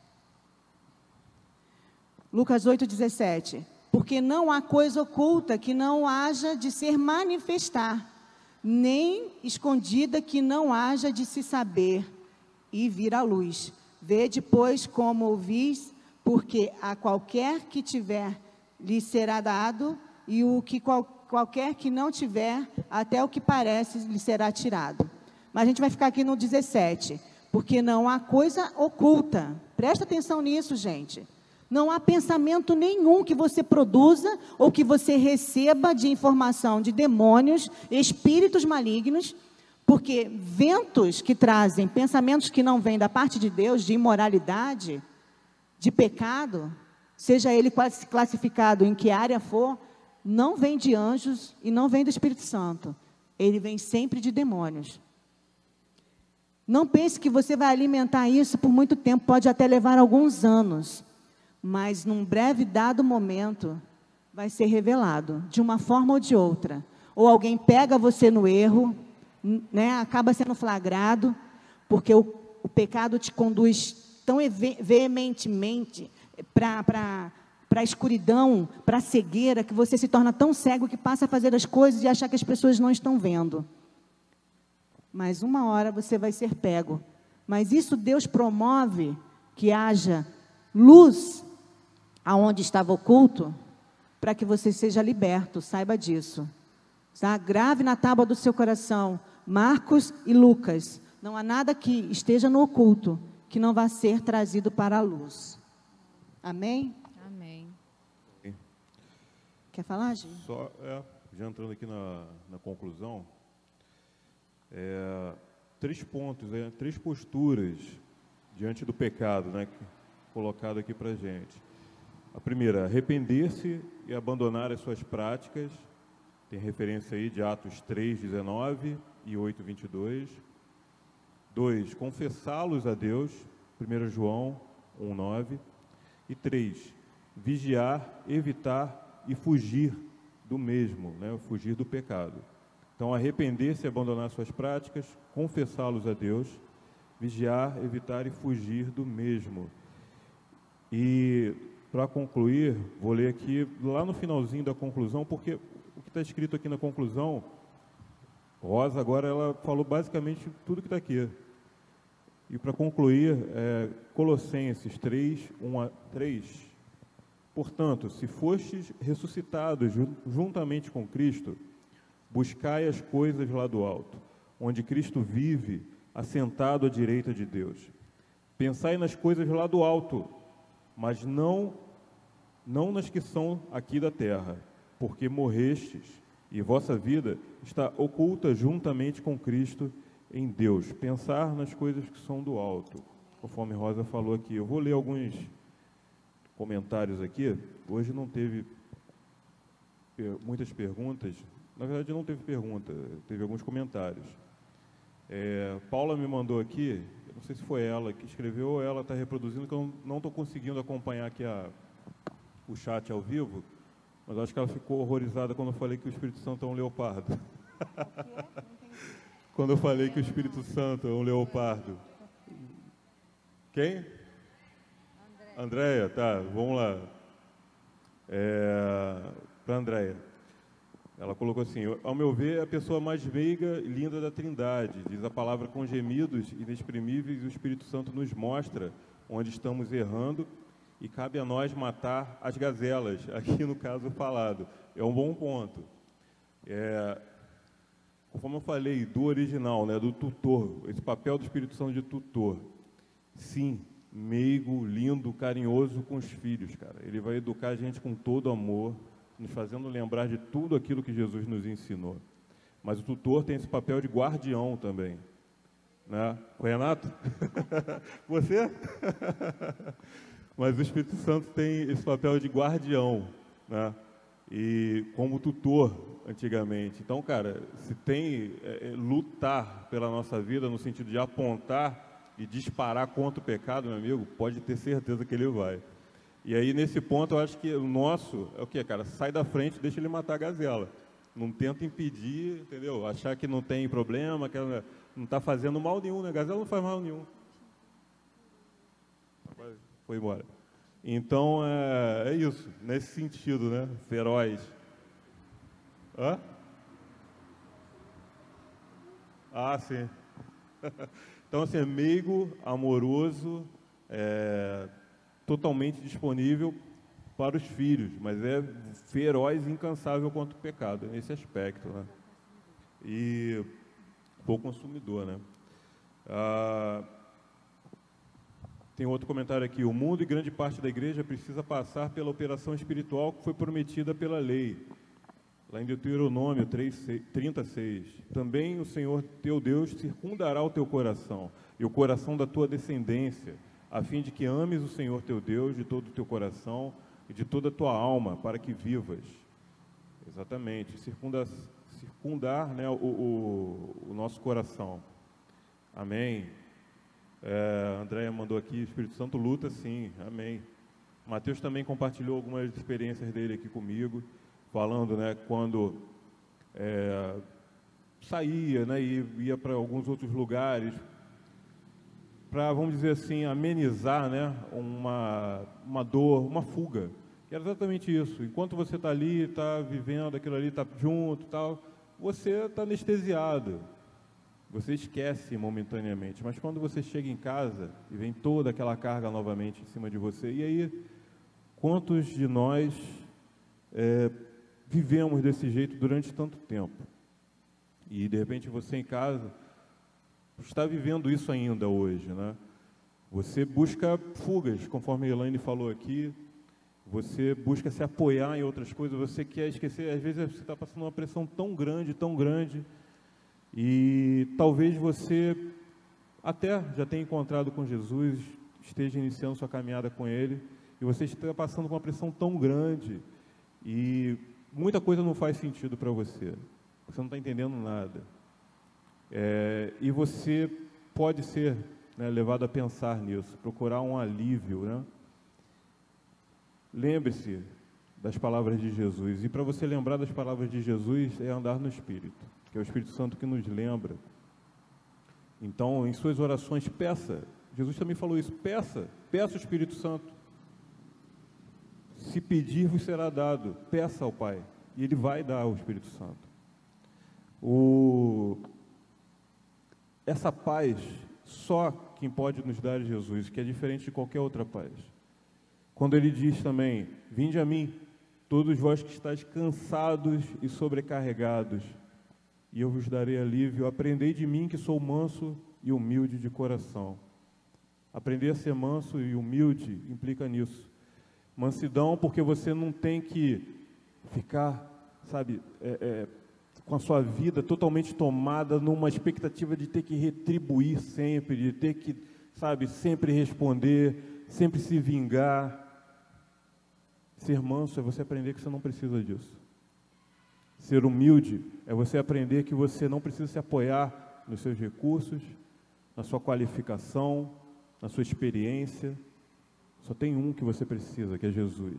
Lucas oito, dezessete. Porque não há coisa oculta que não haja de ser manifestar, nem escondida que não haja de se saber e vir à luz. Vede, pois, como ouvis, porque a qualquer que tiver lhe será dado, e o que qual, qualquer que não tiver, até o que parece lhe será tirado. Mas a gente vai ficar aqui no dezessete, porque não há coisa oculta. Presta atenção nisso, gente. Não há pensamento nenhum que você produza ou que você receba de informação de demônios, espíritos malignos, porque ventos que trazem pensamentos que não vêm da parte de Deus, de imoralidade, de pecado, seja ele classificado em que área for, não vem de anjos e não vem do Espírito Santo. Ele vem sempre de demônios. Não pense que você vai alimentar isso por muito tempo, pode até levar alguns anos. Mas num breve dado momento, vai ser revelado, de uma forma ou de outra. Ou alguém pega você no erro, né, acaba sendo flagrado, porque o, o pecado te conduz tão veementemente para a escuridão, para a cegueira, que você se torna tão cego que passa a fazer as coisas e achar que as pessoas não estão vendo. Mas uma hora você vai ser pego. Mas isso Deus promove que haja luz aonde estava oculto, para que você seja liberto, saiba disso. Tá? Grave na tábua do seu coração, Marcos e Lucas. Não há nada que esteja no oculto, que não vá ser trazido para a luz. Amém? Amém. Quer falar, Gil? Só, é, já entrando aqui na, na conclusão, é, três pontos, é, três posturas diante do pecado, né, colocado aqui para a gente. A primeira, arrepender-se e abandonar as suas práticas. Tem referência aí de Atos três, dezenove e oito, vinte e dois. Dois, confessá-los a Deus. primeiro João um, nove. E três, vigiar, evitar e fugir do mesmo, né? Fugir do pecado. Então, arrepender-se e abandonar suas práticas, confessá-los a Deus, vigiar, evitar e fugir do mesmo. E, para concluir, vou ler aqui, lá no finalzinho da conclusão, porque o que está escrito aqui na conclusão, Rosa agora ela falou basicamente tudo que está aqui. E para concluir, é, Colossenses três, um a três. Portanto, se fostes ressuscitados juntamente com Cristo, buscai as coisas lá do alto, onde Cristo vive, assentado à direita de Deus. Pensai nas coisas lá do alto, mas não, não nas que são aqui da terra, porque morrestes, e vossa vida está oculta juntamente com Cristo em Deus. Pensar nas coisas que são do alto, conforme Rosa falou aqui. Eu vou ler alguns comentários aqui. Hoje não teve muitas perguntas. Na verdade, não teve pergunta, teve alguns comentários. É, Paula me mandou aqui, eu não sei se foi ela que escreveu ou ela está reproduzindo, que eu não estou conseguindo acompanhar aqui a, o chat ao vivo, mas acho que ela ficou horrorizada quando eu falei que o Espírito Santo é um leopardo. Quando eu falei que o Espírito Santo é um leopardo. Quem? Andréia, tá, vamos lá. É, para Andréia. Ela colocou assim: ao meu ver, é a pessoa mais meiga e linda da Trindade. Diz a palavra com gemidos inexprimíveis, e o Espírito Santo nos mostra onde estamos errando e cabe a nós matar as gazelas, aqui no caso falado. É um bom ponto. É, conforme eu falei, do original, né, do tutor, esse papel do Espírito Santo de tutor. Sim, meigo, lindo, carinhoso com os filhos, cara. Ele vai educar a gente com todo amor, nos fazendo lembrar de tudo aquilo que Jesus nos ensinou. Mas o tutor tem esse papel de guardião também. Né? O Renato? Você? Mas o Espírito Santo tem esse papel de guardião, né? E como tutor, antigamente. Então, cara, se tem é, é, lutar pela nossa vida, no sentido de apontar e disparar contra o pecado, meu amigo, pode ter certeza que ele vai. E aí, nesse ponto, eu acho que o nosso é o quê, cara? Sai da frente, deixa ele matar a gazela. Não tenta impedir, entendeu? Achar que não tem problema, que ela não está fazendo mal nenhum, né? A gazela não faz mal nenhum. Foi embora. Então, é, é isso, nesse sentido, né? Feroz. Hã? Ah, sim. Então, assim, é meigo, amoroso, é, totalmente disponível para os filhos, mas é feroz e incansável contra o pecado, nesse aspecto, né? E pouco consumidor, né? Ah, tem outro comentário aqui: o mundo e grande parte da igreja precisa passar pela operação espiritual que foi prometida pela lei. Lá em Deuteronômio três, trinta e seis. Também o Senhor teu Deus circundará o teu coração e o coração da tua descendência, a fim de que ames o Senhor teu Deus de todo o teu coração e de toda a tua alma, para que vivas. Exatamente, circundar, circundar né, o, o, o nosso coração. Amém. É, a Andréia mandou aqui: o Espírito Santo luta, sim, amém. Mateus também compartilhou algumas experiências dele aqui comigo, falando, né, quando é, saía, né, e ia para alguns outros lugares, para, vamos dizer assim, amenizar, né, uma, uma dor, uma fuga. Que era exatamente isso. Enquanto você está ali, está vivendo aquilo ali, está junto, tal, você está anestesiado. Você esquece momentaneamente. Mas quando você chega em casa e vem toda aquela carga novamente em cima de você, e aí, quantos de nós é, vivemos desse jeito durante tanto tempo? E, de repente, você em casa está vivendo isso ainda hoje, né? Você busca fugas, conforme a Elaine falou aqui, você busca se apoiar em outras coisas, você quer esquecer, às vezes você está passando uma pressão tão grande, tão grande, e talvez você até já tenha encontrado com Jesus, esteja iniciando sua caminhada com Ele, e você está passando por uma pressão tão grande, e muita coisa não faz sentido para você, você não está entendendo nada. É, e você pode ser, né, levado a pensar nisso, procurar um alívio, né? Lembre-se das palavras de Jesus. E para você lembrar das palavras de Jesus é andar no Espírito, que é o Espírito Santo que nos lembra. Então, em suas orações, peça. Jesus também falou isso, peça, peça o Espírito Santo. Se pedir, vos será dado. Peça ao Pai, e Ele vai dar o Espírito Santo. O... Essa paz, só quem pode nos dar é Jesus, que é diferente de qualquer outra paz. Quando Ele diz também, vinde a mim, todos vós que estáis cansados e sobrecarregados, e eu vos darei alívio. Aprendei de mim, que sou manso e humilde de coração. Aprender a ser manso e humilde implica nisso. Mansidão, porque você não tem que ficar, sabe, é, é, com a sua vida totalmente tomada numa expectativa de ter que retribuir sempre, de ter que, sabe, sempre responder, sempre se vingar. Ser manso é você aprender que você não precisa disso. Ser humilde é você aprender que você não precisa se apoiar nos seus recursos, na sua qualificação, na sua experiência. Só tem um que você precisa, que é Jesus.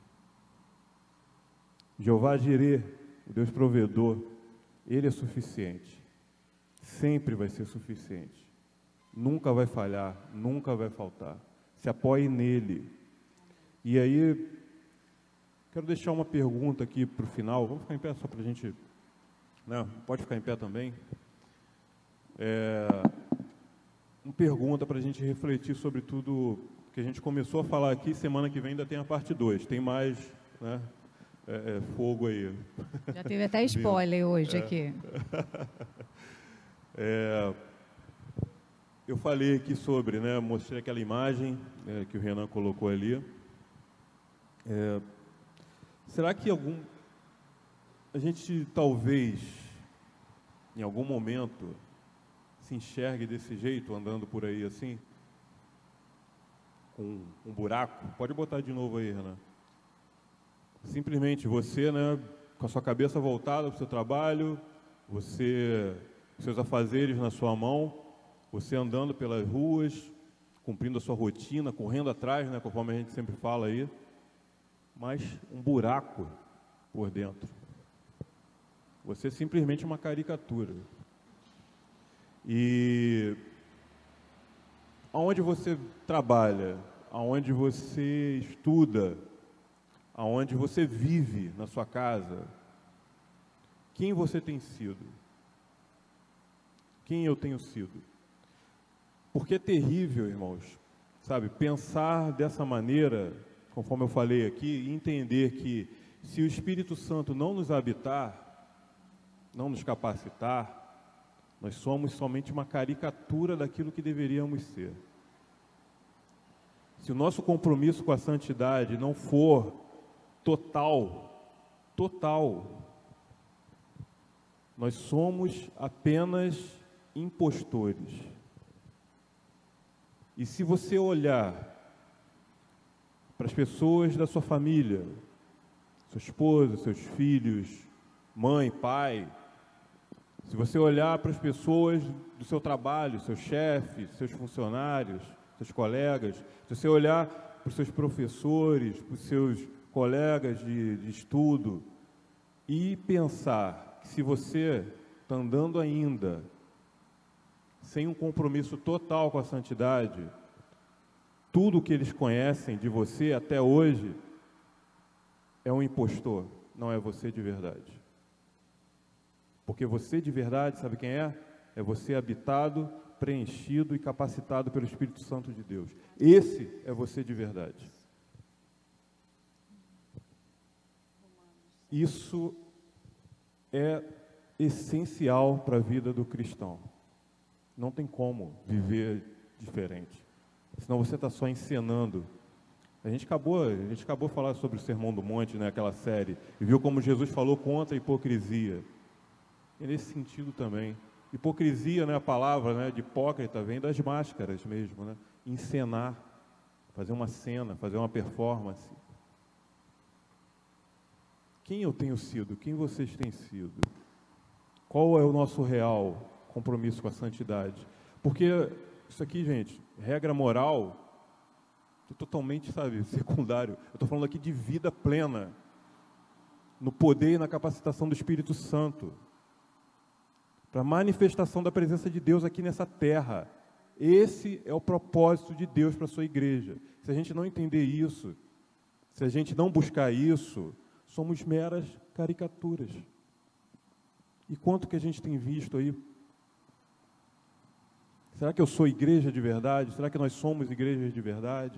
Jeová Jirê, o Deus provedor, Ele é suficiente. Sempre vai ser suficiente. Nunca vai falhar, nunca vai faltar. Se apoie nele. E aí, quero deixar uma pergunta aqui para o final. Vamos ficar em pé só para a gente... Né? Pode ficar em pé também. É, uma pergunta para a gente refletir sobre tudo que a gente começou a falar aqui. Semana que vem ainda tem a parte dois. Tem mais, né, é, é, fogo aí. Já teve até spoiler hoje é. aqui. É, eu falei aqui sobre, né, mostrei aquela imagem é, que o Renan colocou ali. É, será que algum, a gente talvez, em algum momento, se enxergue desse jeito, andando por aí assim, com um buraco? Pode botar de novo aí, Renan. Simplesmente você, né, com a sua cabeça voltada para o seu trabalho, você, seus afazeres na sua mão, você andando pelas ruas, cumprindo a sua rotina, correndo atrás, né, conforme a gente sempre fala aí, mas um buraco por dentro. Você é simplesmente uma caricatura. E aonde você trabalha, aonde você estuda, aonde você vive na sua casa, quem você tem sido? Quem eu tenho sido? Porque é terrível, irmãos, sabe, pensar dessa maneira, conforme eu falei aqui, e entender que se o Espírito Santo não nos habitar, não nos capacitar, nós somos somente uma caricatura daquilo que deveríamos ser. Se o nosso compromisso com a santidade não for total, total, nós somos apenas impostores. E se você olhar para as pessoas da sua família, sua esposa, seus filhos, mãe, pai, se você olhar para as pessoas do seu trabalho, seus chefes, seus funcionários, seus colegas, se você olhar para os seus professores, para os seus colegas de, de estudo, e pensar que se você está andando ainda sem um compromisso total com a santidade, tudo que eles conhecem de você até hoje é um impostor, não é você de verdade. Porque você de verdade, sabe quem é? É você habitado, preenchido e capacitado pelo Espírito Santo de Deus. Esse é você de verdade. Isso é essencial para a vida do cristão. Não tem como viver diferente. Senão você está só encenando. A gente acabou, a gente acabou de falar sobre o Sermão do Monte, né, aquela série, e viu como Jesus falou contra a hipocrisia. E nesse sentido também. Hipocrisia, né, a palavra, né, de hipócrita, vem das máscaras mesmo, né? Encenar, fazer uma cena, fazer uma performance. Quem eu tenho sido? Quem vocês têm sido? Qual é o nosso real compromisso com a santidade? Porque isso aqui, gente, regra moral, é totalmente, sabe, secundário. Eu estou falando aqui de vida plena, no poder e na capacitação do Espírito Santo, para a manifestação da presença de Deus aqui nessa terra. Esse é o propósito de Deus para a sua igreja. Se a gente não entender isso, se a gente não buscar isso, somos meras caricaturas. E quanto que a gente tem visto aí? Será que eu sou igreja de verdade? Será que nós somos igrejas de verdade?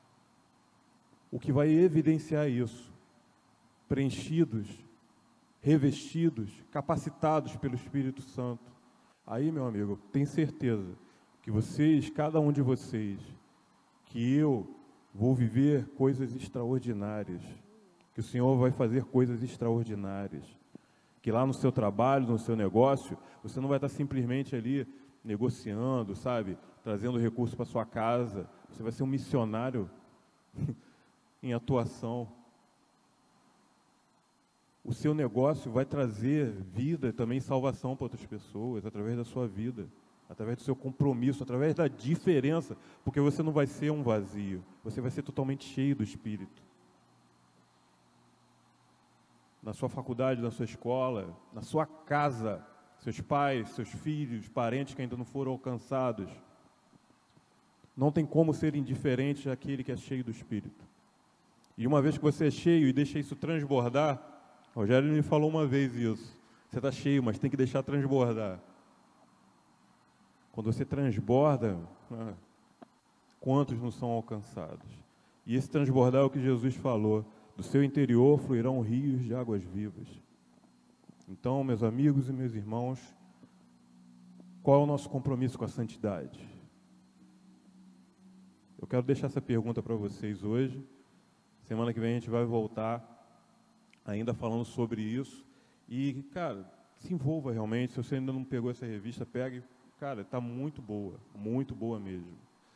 O que vai evidenciar isso? Preenchidos, revestidos, capacitados pelo Espírito Santo. Aí, meu amigo, tenho certeza que vocês, cada um de vocês, que eu vou viver coisas extraordinárias, que o Senhor vai fazer coisas extraordinárias, que lá no seu trabalho, no seu negócio, você não vai estar simplesmente ali negociando, sabe, trazendo recursos para sua casa, você vai ser um missionário em atuação. O seu negócio vai trazer vida, também salvação para outras pessoas, através da sua vida, através do seu compromisso, através da diferença, porque você não vai ser um vazio, você vai ser totalmente cheio do Espírito. Na sua faculdade, na sua escola, na sua casa, seus pais, seus filhos, parentes que ainda não foram alcançados, não tem como ser indiferente àquele que é cheio do Espírito. E uma vez que você é cheio e deixa isso transbordar, Rogério me falou uma vez isso, você está cheio, mas tem que deixar transbordar. Quando você transborda, ah, quantos não são alcançados? E esse transbordar é o que Jesus falou, do seu interior fluirão rios de águas vivas. Então, meus amigos e meus irmãos, qual é o nosso compromisso com a santidade? Eu quero deixar essa pergunta para vocês hoje. Semana que vem a gente vai voltar ainda falando sobre isso. E, cara, se envolva realmente. Se você ainda não pegou essa revista, pegue. Cara, está muito boa, muito boa mesmo.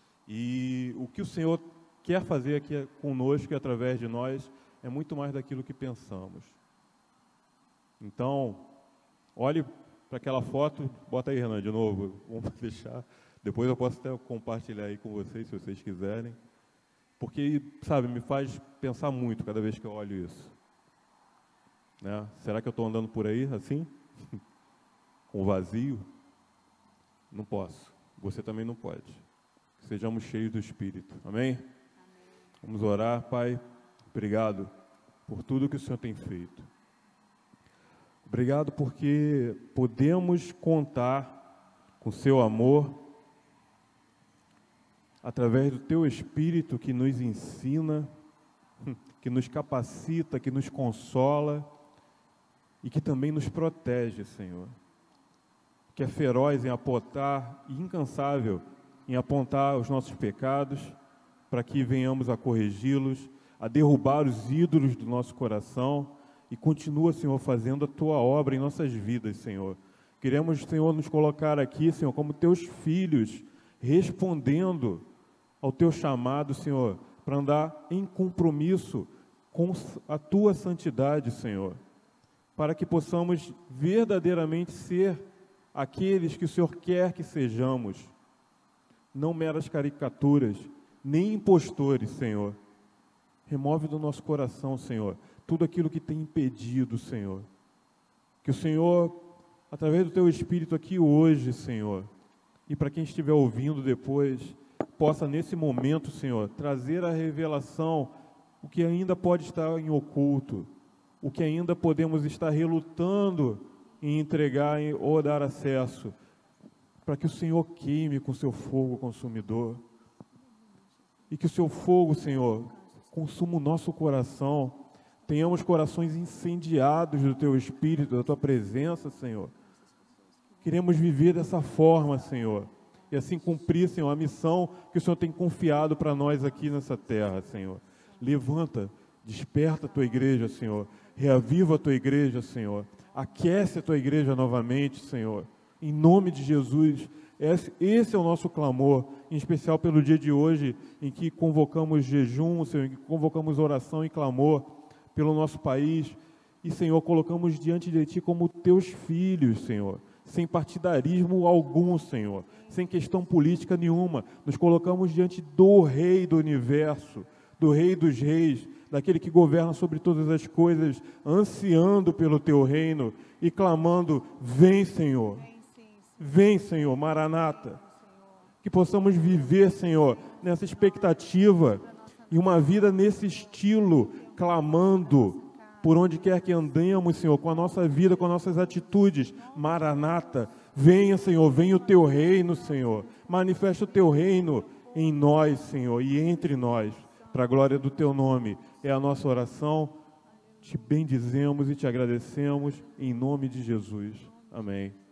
E o que o Senhor quer fazer aqui conosco e através de nós é muito mais daquilo que pensamos. Então, olhe para aquela foto, bota aí, Renan, de novo, vamos deixar. Depois eu posso até compartilhar aí com vocês, se vocês quiserem. Porque, sabe, me faz pensar muito cada vez que eu olho isso. Né? Será que eu estou andando por aí assim? Com vazio? Não posso. Você também não pode. Sejamos cheios do Espírito. Amém? Amém? Vamos orar. Pai, obrigado por tudo que o Senhor tem feito. Obrigado porque podemos contar com o seu amor através do teu Espírito que nos ensina, que nos capacita, que nos consola e que também nos protege, Senhor. Que é feroz em apontar e incansável em apontar os nossos pecados para que venhamos a corrigi-los, a derrubar os ídolos do nosso coração e continua, Senhor, fazendo a tua obra em nossas vidas, Senhor. Queremos, Senhor, nos colocar aqui, Senhor, como teus filhos, respondendo ao teu chamado, Senhor, para andar em compromisso com a tua santidade, Senhor, para que possamos verdadeiramente ser aqueles que o Senhor quer que sejamos, não meras caricaturas, nem impostores, Senhor. Remove do nosso coração, Senhor, tudo aquilo que tem impedido, Senhor. Que o Senhor, através do teu Espírito aqui hoje, Senhor, e para quem estiver ouvindo depois, possa nesse momento, Senhor, trazer a revelação, o que ainda pode estar em oculto, o que ainda podemos estar relutando em entregar ou dar acesso, para que o Senhor queime com o seu fogo consumidor, e que o seu fogo, Senhor, consuma o nosso coração, tenhamos corações incendiados do teu Espírito, da tua presença, Senhor. Queremos viver dessa forma, Senhor, e assim cumprir, Senhor, a missão que o Senhor tem confiado para nós aqui nessa terra, Senhor. Levanta, desperta a tua igreja, Senhor, reaviva a tua igreja, Senhor, aquece a tua igreja novamente, Senhor, em nome de Jesus. Esse, esse é o nosso clamor, em especial pelo dia de hoje, em que convocamos jejum, Senhor, em que convocamos oração e clamor pelo nosso país, e, Senhor, colocamos diante de Ti como Teus filhos, Senhor, sem partidarismo algum, Senhor, sem questão política nenhuma, nos colocamos diante do Rei do Universo, do Rei dos Reis, daquele que governa sobre todas as coisas, ansiando pelo teu reino e clamando: vem, Senhor, vem, Senhor, Maranata. Que possamos viver, Senhor, nessa expectativa e uma vida nesse estilo, clamando por onde quer que andemos, Senhor, com a nossa vida, com as nossas atitudes. Maranata, venha, Senhor, venha o teu reino, Senhor. Manifesta o teu reino em nós, Senhor, e entre nós, para a glória do teu nome. É a nossa oração. Te bendizemos e te agradecemos em nome de Jesus. Amém.